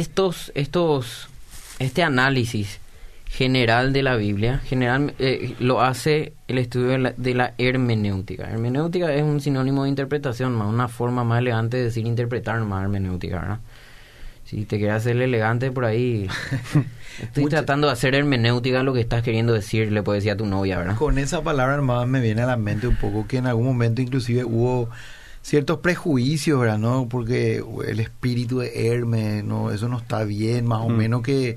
Speaker 2: este análisis general de la Biblia. Lo hace el estudio de la hermenéutica. Hermenéutica es un sinónimo de interpretación, más una forma más elegante de decir interpretar, más hermenéutica, ¿verdad? Si te quieres hacer elegante por ahí, estoy tratando de hacer hermenéutica lo que estás queriendo decir, le puedes decir a tu novia, ¿verdad?
Speaker 1: Con esa palabra, hermano, me viene a la mente un poco que en algún momento inclusive hubo ciertos prejuicios, ¿verdad? ¿No? Porque el espíritu de Hermes, no, eso no está bien, más o menos que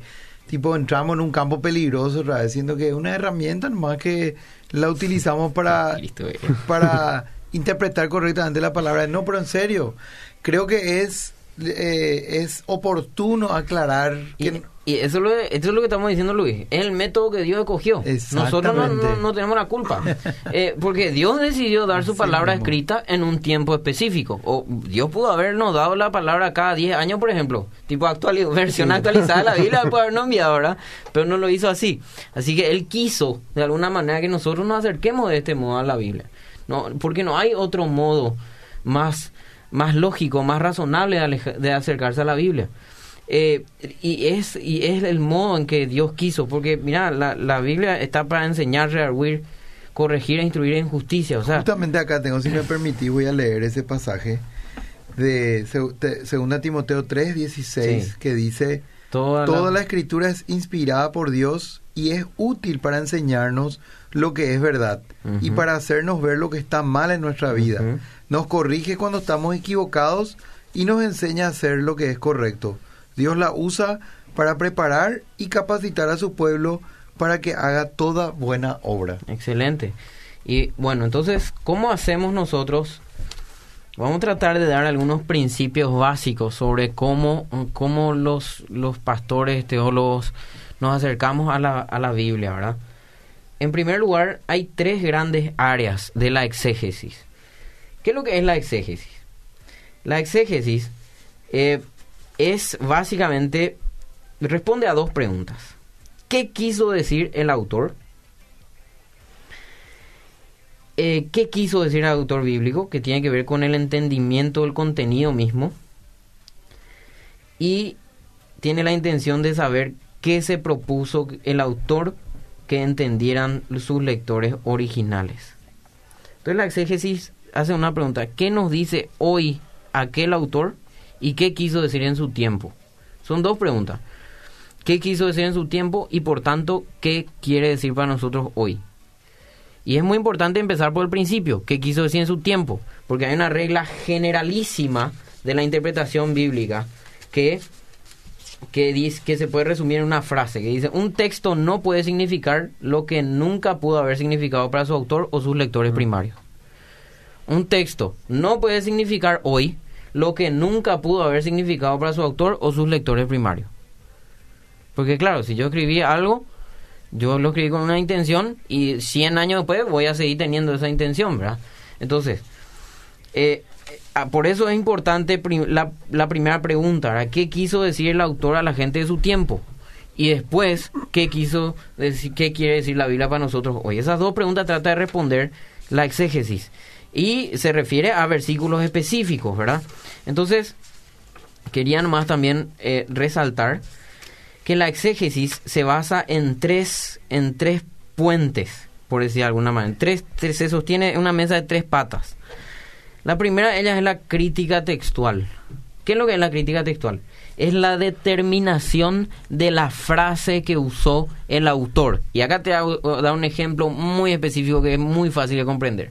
Speaker 1: tipo entramos en un campo peligroso otra vez, siendo que es una herramienta nomás que la utilizamos para interpretar correctamente la palabra. No, pero en serio, creo que es oportuno aclarar que...
Speaker 2: Y eso es lo que estamos diciendo, Luis. Es el método que Dios escogió. Nosotros no tenemos la culpa. Porque Dios decidió dar su palabra escrita en un tiempo específico. O Dios pudo habernos dado la palabra cada 10 años, por ejemplo. Tipo versión actualizada de la Biblia, puede habernos enviado, ¿verdad? Pero no lo hizo así. Así que Él quiso, de alguna manera, que nosotros nos acerquemos de este modo a la Biblia. No, porque no hay otro modo más lógico, más razonable de acercarse a la Biblia. Y es el modo en que Dios quiso, porque mira, la Biblia está para enseñar, redarguir, corregir e instruir en justicia. O sea,
Speaker 1: justamente acá tengo, si me permitís, voy a leer ese pasaje de 2 Timoteo 3:16, sí, que dice: toda la escritura es inspirada por Dios y es útil para enseñarnos lo que es verdad, y para hacernos ver lo que está mal en nuestra vida. Nos corrige cuando estamos equivocados y nos enseña a hacer lo que es correcto. Dios la usa para preparar y capacitar a su pueblo para que haga toda buena obra.
Speaker 2: Excelente. Y bueno, entonces, ¿cómo hacemos nosotros? Vamos a tratar de dar algunos principios básicos sobre cómo los pastores, teólogos, nos acercamos a la Biblia, ¿verdad? En primer lugar, hay 3 grandes áreas de la exégesis. ¿Qué es lo que es la exégesis? La exégesis es básicamente, responde a 2 preguntas. ¿Qué quiso decir el autor? ¿Qué quiso decir el autor bíblico? Que tiene que ver con el entendimiento del contenido mismo. Y tiene la intención de saber qué se propuso el autor que entendieran sus lectores originales. Entonces la exégesis hace una pregunta: ¿qué nos dice hoy aquel autor y qué quiso decir en su tiempo? Son 2 preguntas. ¿Qué quiso decir en su tiempo y por tanto qué quiere decir para nosotros hoy? Y es muy importante empezar por el principio: ¿qué quiso decir en su tiempo? Porque hay una regla generalísima de la interpretación bíblica que dice, que se puede resumir en una frase que dice: un texto no puede significar lo que nunca pudo haber significado para su autor o sus lectores primarios. Un texto no puede significar hoy lo que nunca pudo haber significado para su autor o sus lectores primarios. Porque claro, si yo escribí algo, yo lo escribí con una intención y 100 años después voy a seguir teniendo esa intención, ¿verdad? Entonces, por eso es importante la primera pregunta, ¿verdad? ¿Qué quiso decir el autor a la gente de su tiempo? Y después, ¿qué quiere decir la Biblia para nosotros hoy? Esas 2 preguntas trata de responder la exégesis. Y se refiere a versículos específicos, ¿verdad? Entonces, quería nomás también resaltar que la exégesis se basa en tres puentes, por decir de alguna manera. Se sostiene una mesa de 3 patas. La primera de ellas es la crítica textual. ¿Qué es lo que es la crítica textual? Es la determinación de la frase que usó el autor. Y acá te voy a dar un ejemplo muy específico que es muy fácil de comprender.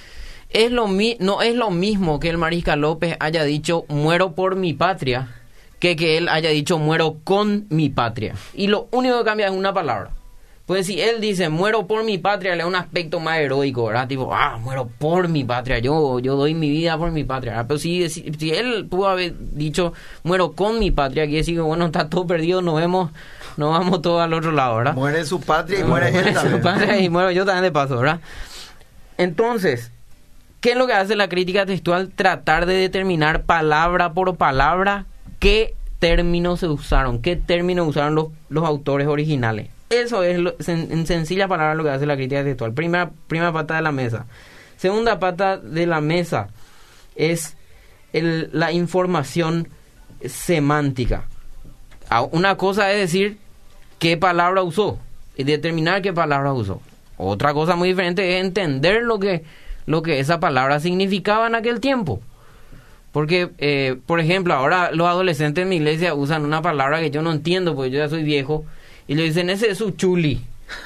Speaker 2: No es lo mismo que el Mariscal López haya dicho muero por mi patria que él haya dicho muero con mi patria. Y lo único que cambia es una palabra. Pues si él dice muero por mi patria, le da un aspecto más heroico, ¿verdad? Tipo, muero por mi patria, yo doy mi vida por mi patria, ¿verdad? Pero si él pudo haber dicho muero con mi patria, quiere decir que bueno, está todo perdido, nos vamos todos al otro lado, ¿verdad?
Speaker 1: Muere su patria y muere él también.
Speaker 2: Su patria y muero yo también de paso, ¿verdad? Entonces, ¿qué es lo que hace la crítica textual? Tratar de determinar palabra por palabra qué términos se usaron, qué términos usaron los autores originales. Eso es, en sencilla palabra, lo que hace la crítica textual. Primera pata de la mesa. Segunda pata de la mesa es la información semántica. Una cosa es decir qué palabra usó y determinar qué palabra usó. Otra cosa muy diferente es entender lo que esa palabra significaba en aquel tiempo. Porque, por ejemplo, ahora los adolescentes en mi iglesia usan una palabra que yo no entiendo, porque yo ya soy viejo, y le dicen, ese es su chuli.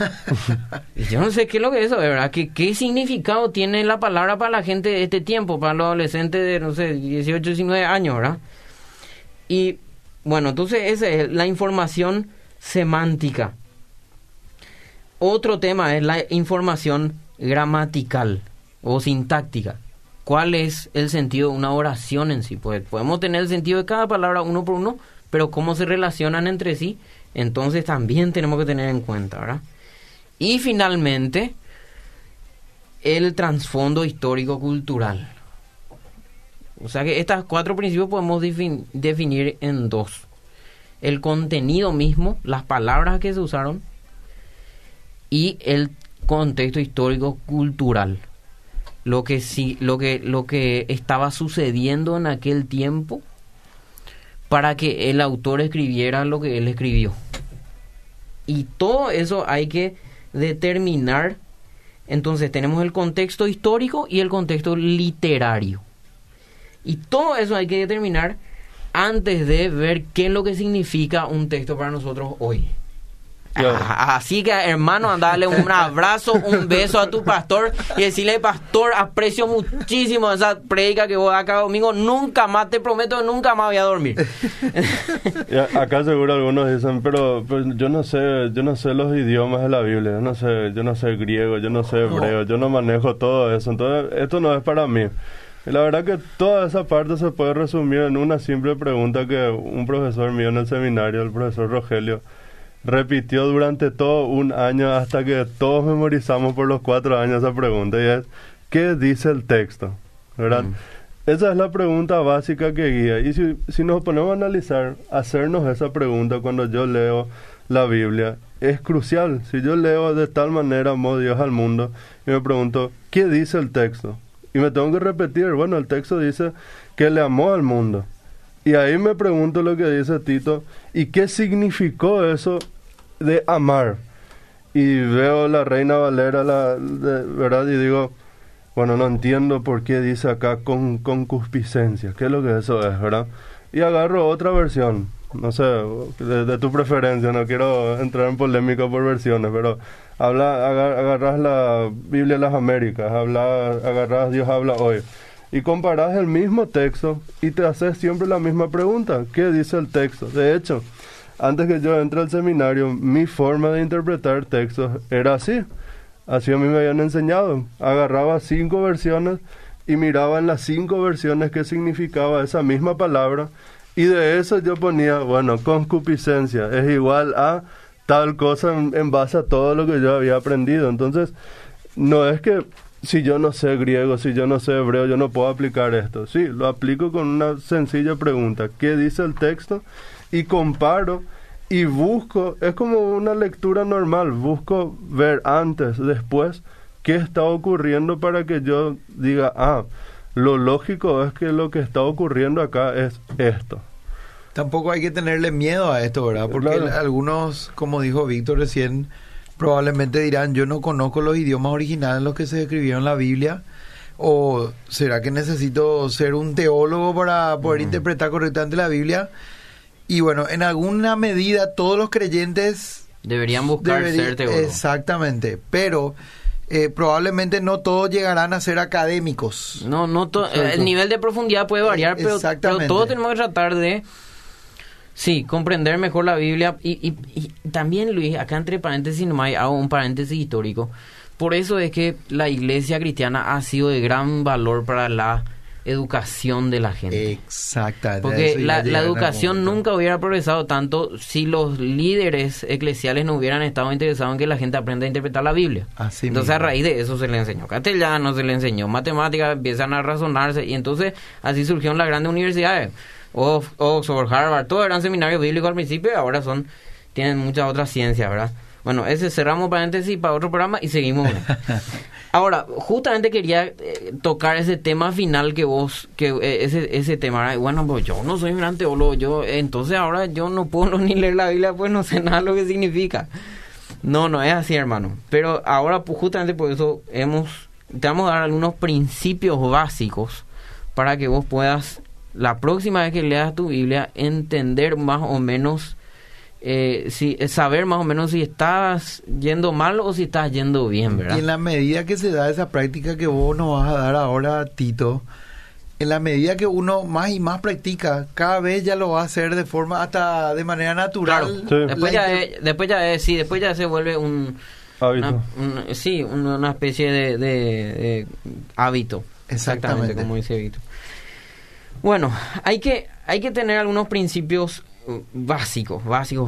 Speaker 2: Y yo no sé qué es lo que es eso, ¿verdad? ¿Qué significado tiene la palabra para la gente de este tiempo, para los adolescentes de, no sé, 18, 19 años, ¿verdad? Y, bueno, entonces esa es la información semántica. Otro tema es la información gramatical o sintáctica. ¿Cuál es el sentido de una oración en sí? Pues podemos tener el sentido de cada palabra uno por uno, pero cómo se relacionan entre sí, entonces también tenemos que tener en cuenta, ¿verdad? Y finalmente, el trasfondo histórico-cultural. O sea que estos 4 principios podemos definir en 2. El contenido mismo, las palabras que se usaron, y el contexto histórico-cultural. Lo que estaba sucediendo en aquel tiempo para que el autor escribiera lo que él escribió. Y todo eso hay que determinar. Entonces tenemos el contexto histórico y el contexto literario. Y todo eso hay que determinar antes de ver qué es lo que significa un texto para nosotros hoy. Así que, hermano, anda a darle un abrazo, un beso a tu pastor y decirle: pastor, aprecio muchísimo esa prédica que vos acá domingo, nunca más, te prometo, nunca más voy a dormir.
Speaker 3: Acá seguro algunos dicen, pero yo no sé los idiomas de la Biblia, yo no sé griego, yo no sé hebreo, yo no manejo todo eso, entonces esto no es para mí. Y la verdad que toda esa parte se puede resumir en una simple pregunta que un profesor mío en el seminario, el profesor Rogelio, repitió durante todo un año hasta que todos memorizamos por los 4 años esa pregunta, y es: ¿qué dice el texto? ¿Verdad? Esa es la pregunta básica que guía. Y si nos ponemos a analizar, hacernos esa pregunta cuando yo leo la Biblia es crucial. Si yo leo: de tal manera amó Dios al mundo, y me pregunto: ¿qué dice el texto? Y me tengo que repetir, bueno, el texto dice que le amó al mundo. Y ahí me pregunto lo que dice Tito: ¿y qué significó eso de amar? Y veo la Reina Valera, ¿verdad? Y digo, bueno, no entiendo por qué dice acá con concupiscencia. ¿Qué es lo que eso es, verdad? Y agarro otra versión, no sé, de tu preferencia, no quiero entrar en polémica por versiones, pero agarras la Biblia de las Américas, agarras Dios habla hoy, y comparás el mismo texto y te haces siempre la misma pregunta: ¿qué dice el texto? De hecho, antes que yo entre al seminario, mi forma de interpretar textos era así a mí me habían enseñado. Agarraba 5 versiones y miraba en las 5 versiones qué significaba esa misma palabra, y de eso yo ponía, bueno, concupiscencia es igual a tal cosa en base a todo lo que yo había aprendido. Entonces, no es que si yo no sé griego, si yo no sé hebreo, yo no puedo aplicar esto. Sí, lo aplico con una sencilla pregunta: ¿qué dice el texto? Y comparo y busco, es como una lectura normal, busco ver antes, después, qué está ocurriendo para que yo diga, lo lógico es que lo que está ocurriendo acá es esto.
Speaker 1: Tampoco hay que tenerle miedo a esto, ¿verdad? Porque claro, algunos, como dijo Víctor recién, probablemente dirán: yo no conozco los idiomas originales en los que se escribieron en la Biblia, o ¿será que necesito ser un teólogo para poder interpretar correctamente la Biblia? Y bueno, en alguna medida todos los creyentes
Speaker 2: deberían buscar ser teólogos.
Speaker 1: Exactamente, pero probablemente no todos llegarán a ser académicos.
Speaker 2: El nivel de profundidad puede variar, pero todos tenemos que tratar de comprender mejor la Biblia. Y también, Luis, acá entre paréntesis nomás hago un paréntesis histórico. Por eso es que la iglesia cristiana ha sido de gran valor para la educación de la gente.
Speaker 1: Exactamente.
Speaker 2: Porque la educación nunca hubiera progresado tanto si los líderes eclesiales no hubieran estado interesados en que la gente aprenda a interpretar la Biblia.
Speaker 1: Así
Speaker 2: entonces mismo. A raíz de eso se le enseñó castellano, se le enseñó matemáticas, empiezan a razonarse, y entonces así surgieron las grandes universidades. Oxford, Harvard, todos eran seminarios bíblicos al principio y ahora tienen muchas otras ciencias, ¿verdad? Bueno, cerramos paréntesis para otro programa y seguimos. Ahora, justamente quería tocar ese tema final ese tema, ¿verdad? Bueno, pues yo no soy un gran teólogo, entonces ahora yo no puedo ni leer la Biblia, pues no sé nada lo que significa. No es así, hermano. Pero ahora, pues, justamente por eso te vamos a dar algunos principios básicos para que vos puedas, la próxima vez que leas tu Biblia, entender más o menos, saber más o menos si estás yendo mal o si estás yendo bien, ¿verdad?
Speaker 1: Y en la medida que se da esa práctica que vos nos vas a dar ahora, Tito, en la medida que uno más y más practica, cada vez ya lo va a hacer de forma, hasta de manera natural.
Speaker 2: Claro. Sí. Después ya se vuelve un
Speaker 3: hábito.
Speaker 2: Una especie de hábito. Exactamente, como dice Víctor. Bueno, hay que tener algunos principios básicos.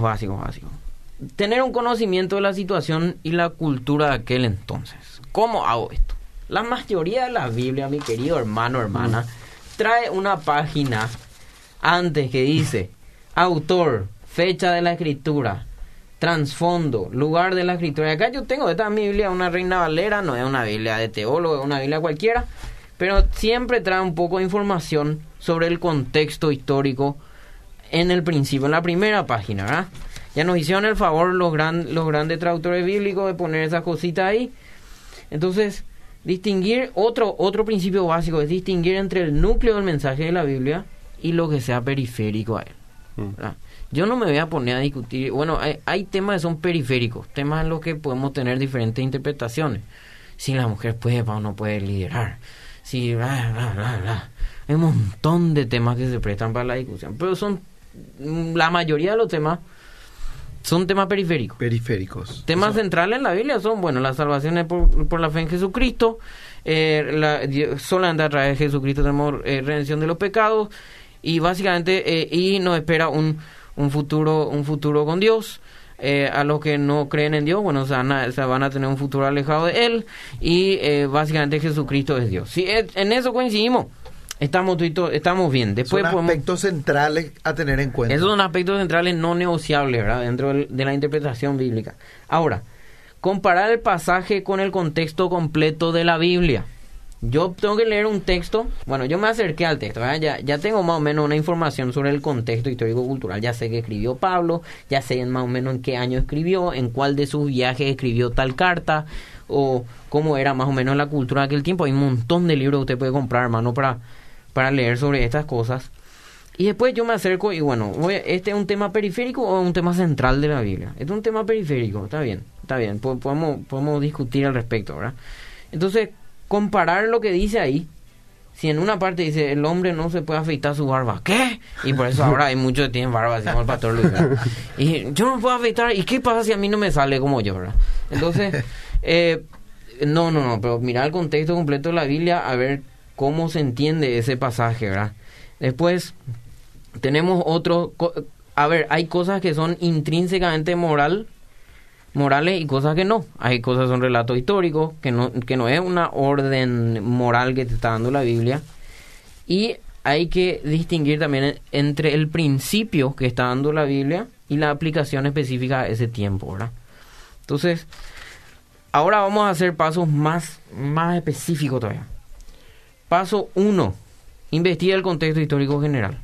Speaker 2: Tener un conocimiento de la situación y la cultura de aquel entonces. ¿Cómo hago esto? La mayoría de la Biblia, mi querido hermano, hermana, trae una página antes que dice autor, fecha de la escritura, trasfondo, lugar de la escritura. Y acá yo tengo, esta es mi Biblia, una Reina Valera, no es una Biblia de teólogo, es una Biblia cualquiera, pero siempre trae un poco de información sobre el contexto histórico en el principio, en la primera página, ¿verdad? Ya nos hicieron el favor los grandes traductores bíblicos de poner esas cositas ahí. Entonces, distinguir, otro principio básico es distinguir entre el núcleo del mensaje de la Biblia y lo que sea periférico a él. ¿Verdad? Yo no me voy a poner a discutir, bueno, hay temas que son periféricos, temas en los que podemos tener diferentes interpretaciones. Si la mujer puede o no puede liderar, si hay un montón de temas que se prestan para la discusión, pero la mayoría de los temas son temas periféricos. Temas centrales en la Biblia son, bueno, la salvación es por la fe en Jesucristo, solamente a través de Jesucristo tenemos redención de los pecados, y básicamente y nos espera un futuro con Dios. A los que no creen en Dios, bueno, se van a tener un futuro alejado de Él, y básicamente Jesucristo es Dios. Si en eso coincidimos, estamos bien. Después
Speaker 1: son aspectos centrales a tener en cuenta.
Speaker 2: Esos son aspectos centrales no negociables, ¿verdad?, dentro de la interpretación bíblica. Ahora, comparar el pasaje con el contexto completo de la Biblia. Yo tengo que leer un texto, bueno, yo me acerqué al texto, ¿verdad? Ya tengo más o menos una información sobre el contexto histórico-cultural, ya sé que escribió Pablo, ya sé más o menos en qué año escribió, en cuál de sus viajes escribió tal carta, o cómo era más o menos la cultura de aquel tiempo. Hay un montón de libros que usted puede comprar, hermano, para leer sobre estas cosas. Y después yo me acerco y bueno, ¿este es un tema periférico o un tema central de la Biblia? Este es un tema periférico, está bien, podemos discutir al respecto, ¿verdad? Entonces, comparar lo que dice ahí. Si en una parte dice el hombre no se puede afeitar su barba, ¿qué? Y por eso ahora hay muchos que tienen barba, así como el pastor Luis, ¿verdad? Y yo no me puedo afeitar, ¿y qué pasa si a mí no me sale como yo, ¿verdad? Entonces, no, pero mirar el contexto completo de la Biblia, a ver cómo se entiende ese pasaje, ¿verdad? Después tenemos hay cosas que son intrínsecamente morales y cosas que no. Hay cosas que son relatos históricos, que no es una orden moral que te está dando la Biblia. Y hay que distinguir también entre el principio que está dando la Biblia y la aplicación específica a ese tiempo, ¿verdad? Entonces, ahora vamos a hacer pasos más específicos todavía. Paso 1. Investiga el contexto histórico general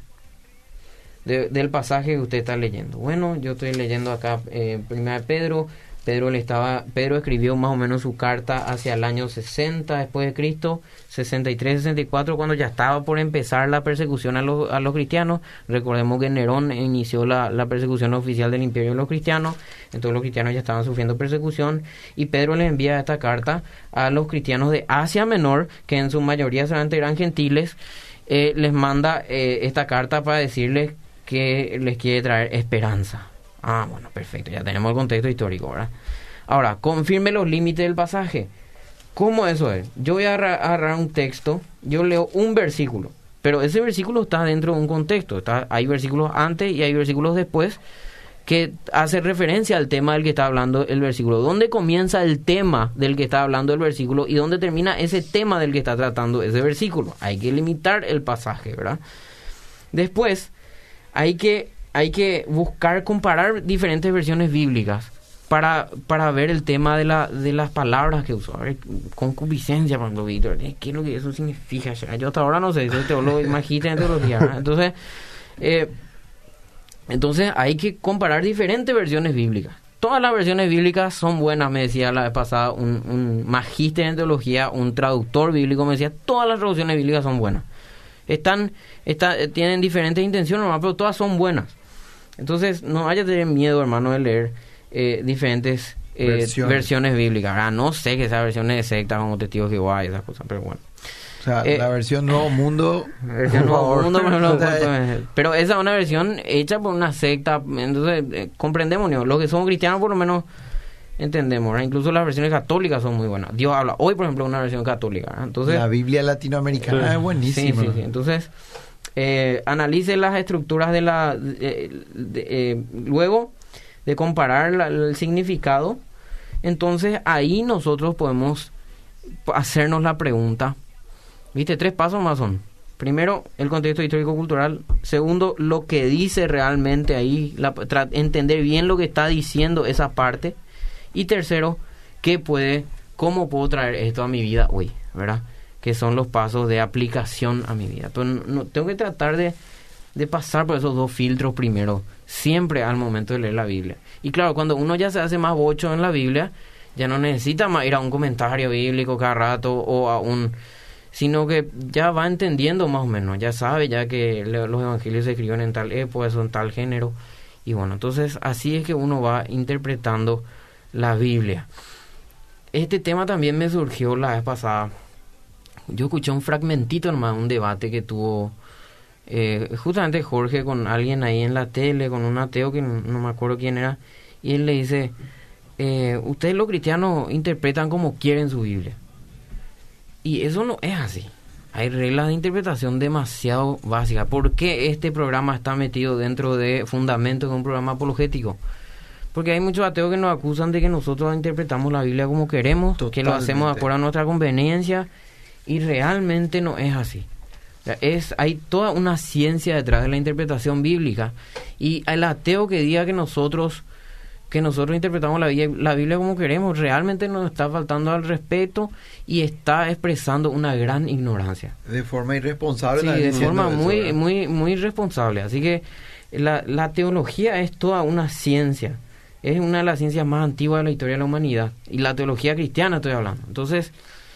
Speaker 2: del pasaje que usted está leyendo. Bueno, yo estoy leyendo acá Primera de Pedro. Pedro escribió más o menos su carta hacia el año 60 después de Cristo, 63, 64, cuando ya estaba por empezar la persecución a los cristianos. Recordemos que Nerón inició la persecución oficial del imperio de los cristianos, entonces los cristianos ya estaban sufriendo persecución, y Pedro les envía esta carta a los cristianos de Asia Menor, que en su mayoría solamente eran gentiles. Les manda esta carta para decirles que les quiere traer esperanza. Bueno, perfecto, ya tenemos el contexto histórico, ¿verdad? Ahora, confirme los límites del pasaje. ¿Cómo eso es? Yo voy a agarrar un texto, yo leo un versículo, pero ese versículo está dentro de un contexto. Hay versículos antes y hay versículos después que hace referencia al tema del que está hablando el versículo. ¿Dónde comienza el tema del que está hablando el versículo y dónde termina ese tema del que está tratando ese versículo? Hay que limitar el pasaje, ¿verdad? Después, hay que comparar diferentes versiones bíblicas para ver el tema de las palabras que usó. A ver, concupiscencia, por ejemplo, Víctor, ¿qué es lo que eso significa? Yo hasta ahora no sé, soy teólogo, imagínate en teología, ¿verdad? Entonces hay que comparar diferentes versiones bíblicas. Todas las versiones bíblicas son buenas, me decía la vez pasada un magíster en teología, un traductor bíblico, me decía, todas las traducciones bíblicas son buenas. Tienen diferentes intenciones, hermano, pero todas son buenas. Entonces, no haya tener miedo, hermano, de leer diferentes versiones bíblicas. No sé que esas versiones de secta como Testigos de Jehová y esas cosas, pero bueno.
Speaker 1: O sea, la versión Nuevo Mundo.
Speaker 2: Versión Nuevo Mundo, pero esa es una versión hecha por una secta. Entonces, comprendemos, ¿no? Los que somos cristianos, por lo menos, entendemos, ¿verdad? Incluso las versiones católicas son muy buenas. Dios habla hoy, por ejemplo, una versión católica, ¿verdad? Entonces,
Speaker 1: la Biblia latinoamericana es buenísima.
Speaker 2: Sí. Entonces, analice las estructuras de la... luego de comparar el significado, entonces ahí nosotros podemos hacernos la pregunta. ¿Viste? 3 pasos más son. Primero, el contexto histórico-cultural. Segundo, lo que dice realmente ahí, entender bien lo que está diciendo esa parte. Y tercero, cómo puedo traer esto a mi vida hoy, ¿verdad? Que son los pasos de aplicación a mi vida. Entonces, tengo que tratar de pasar por esos 2 filtros primero, siempre al momento de leer la Biblia. Y claro, cuando uno ya se hace más bocho en la Biblia, ya no necesita más ir a un comentario bíblico cada rato o sino que ya va entendiendo más o menos, ya sabe ya que los evangelios se escribieron en tal época, son tal género. Y bueno, entonces así es que uno va interpretando la Biblia. Este tema también me surgió la vez pasada. Yo escuché un fragmentito nomás, un debate que tuvo justamente Jorge con alguien ahí en la tele, con un ateo que no me acuerdo quién era, y él le dice, ustedes los cristianos interpretan como quieren su Biblia. Y eso no es así. Hay reglas de interpretación demasiado básicas. ¿Por qué este programa está metido dentro de Fundamentos de un programa apologético? Porque hay muchos ateos que nos acusan de que nosotros interpretamos la Biblia como queremos, que lo hacemos de acuerdo a nuestra conveniencia, y realmente no es así. O sea, hay toda una ciencia detrás de la interpretación bíblica, y el ateo que diga que nosotros interpretamos la Biblia como queremos, realmente nos está faltando al respeto y está expresando una gran ignorancia.
Speaker 1: De forma irresponsable.
Speaker 2: Sí, de forma muy irresponsable. Así que la teología es toda una ciencia. Es una de las ciencias más antiguas de la historia de la humanidad. Y la teología cristiana estoy hablando. Entonces,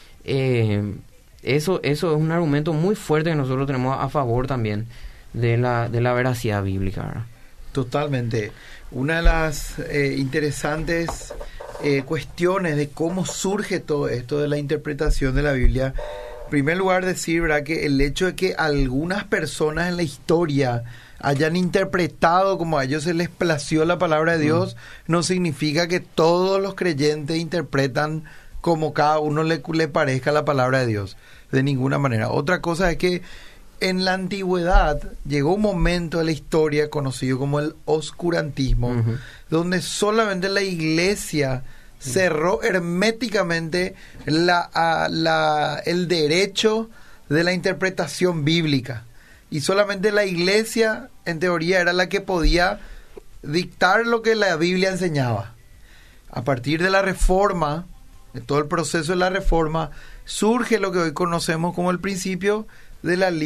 Speaker 2: eso es un argumento muy fuerte que nosotros tenemos a favor también de la veracidad bíblica, ¿verdad?
Speaker 1: Totalmente. Una de las interesantes cuestiones de cómo surge todo esto de la interpretación de la Biblia, en primer lugar decir, ¿verdad?, que el hecho de que algunas personas en la historia hayan interpretado como a ellos se les plació la palabra de Dios, no significa que todos los creyentes interpretan como cada uno le parezca la palabra de Dios, de ninguna manera. Otra cosa es que en la antigüedad llegó un momento de la historia conocido como el oscurantismo, donde solamente la iglesia cerró herméticamente el derecho de la interpretación bíblica. Y solamente la iglesia, en teoría, era la que podía dictar lo que la Biblia enseñaba. A partir de la Reforma, de todo el proceso de la Reforma, surge lo que hoy conocemos como el principio de la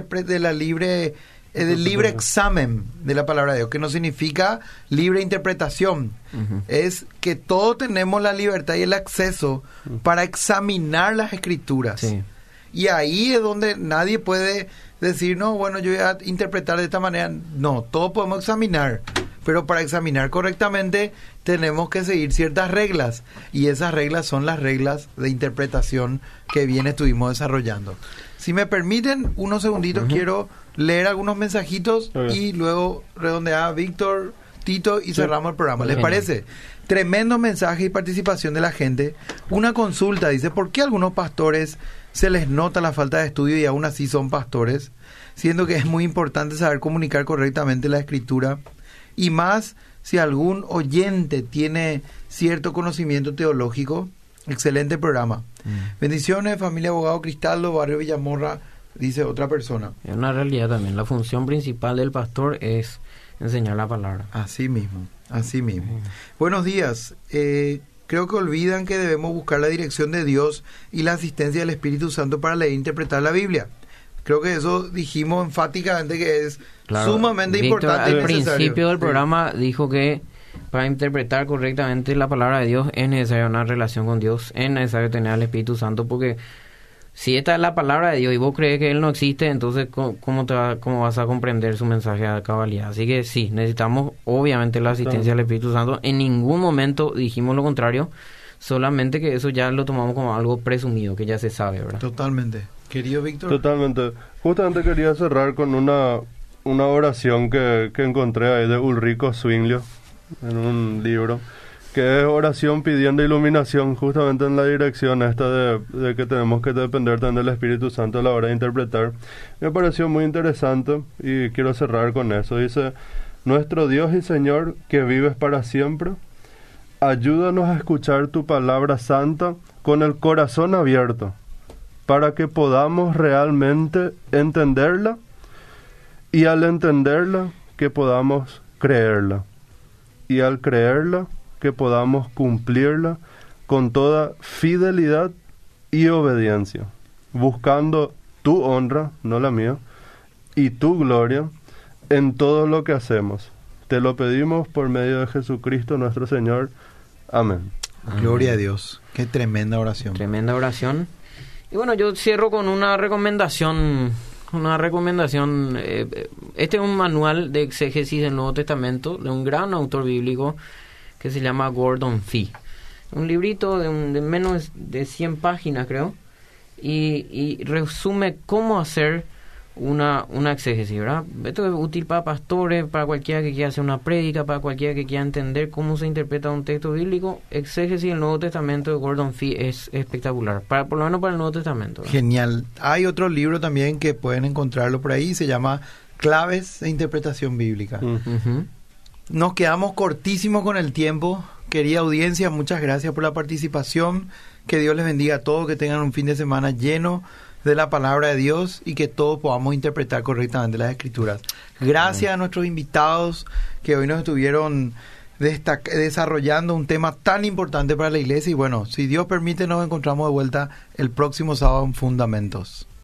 Speaker 1: del libre examen de la palabra de Dios, que no significa libre interpretación. Es que todos tenemos la libertad y el acceso para examinar las escrituras. Sí. Y ahí es donde nadie puede decir, no, bueno, yo voy a interpretar de esta manera. No, todos podemos examinar, pero para examinar correctamente tenemos que seguir ciertas reglas, y esas reglas son las reglas de interpretación que bien estuvimos desarrollando. Si me permiten unos segunditos, quiero leer algunos mensajitos y luego redondear Víctor, Tito y cerramos el programa. ¿Les parece? Tremendo mensaje y participación de la gente. Una consulta, dice, ¿por qué a algunos pastores se les nota la falta de estudio y aún así son pastores? Siendo que es muy importante saber comunicar correctamente la escritura, y más si algún oyente tiene cierto conocimiento teológico. Excelente programa. Bendiciones, familia Abogado Cristaldo, barrio Villamorra, dice otra persona.
Speaker 2: Es una realidad también. La función principal del pastor es enseñar la palabra.
Speaker 1: Así mismo, así mismo. Buenos días. Creo que olvidan que debemos buscar la dirección de Dios y la asistencia del Espíritu Santo para leer e interpretar la Biblia. Creo que eso dijimos enfáticamente que es sumamente importante.
Speaker 2: Al principio del programa dijo que para interpretar correctamente la palabra de Dios es necesaria una relación con Dios, es necesario tener al Espíritu Santo, porque si esta es la palabra de Dios y vos crees que Él no existe, entonces ¿cómo vas a comprender su mensaje a cabalidad? Así que sí, necesitamos obviamente la asistencia del Espíritu Santo. En ningún momento dijimos lo contrario, solamente que eso ya lo tomamos como algo presumido, que ya se sabe, ¿verdad?
Speaker 1: Totalmente, Querido Víctor.
Speaker 3: Totalmente. Justamente quería cerrar con una oración que encontré ahí de Ulrico Zwinglio en un libro, que es oración pidiendo iluminación, justamente en la dirección esta de que tenemos que depender también del Espíritu Santo a la hora de interpretar. Me pareció muy interesante y quiero cerrar con eso. Dice: nuestro Dios y Señor, que vives para siempre, ayúdanos a escuchar tu palabra santa con el corazón abierto, para que podamos realmente entenderla, y al entenderla, que podamos creerla, y al creerla, que podamos cumplirla con toda fidelidad y obediencia, buscando tu honra, no la mía, y tu gloria en todo lo que hacemos. Te lo pedimos por medio de Jesucristo nuestro Señor. Amén.
Speaker 1: Gloria a Dios. Qué tremenda oración.
Speaker 2: Tremenda oración. Y bueno, yo cierro con una recomendación. Este es un manual de exégesis del Nuevo Testamento de un gran autor bíblico que se llama Gordon Fee. Un librito de menos de 100 páginas, creo, y resume cómo hacer una exégesis, ¿verdad? Esto es útil para pastores, para cualquiera que quiera hacer una prédica, para cualquiera que quiera entender cómo se interpreta un texto bíblico. Exégesis del Nuevo Testamento de Gordon Fee es espectacular, por lo menos para el Nuevo Testamento, ¿verdad?
Speaker 1: Genial. Hay otro libro también que pueden encontrarlo por ahí, se llama Claves de Interpretación Bíblica.
Speaker 2: Uh-huh.
Speaker 1: Nos quedamos cortísimos con el tiempo. Querida audiencia, muchas gracias por la participación. Que Dios les bendiga a todos, que tengan un fin de semana lleno de la palabra de Dios y que todos podamos interpretar correctamente las Escrituras. Gracias a nuestros invitados que hoy nos estuvieron desarrollando un tema tan importante para la iglesia. Y bueno, si Dios permite, nos encontramos de vuelta el próximo sábado en Fundamentos.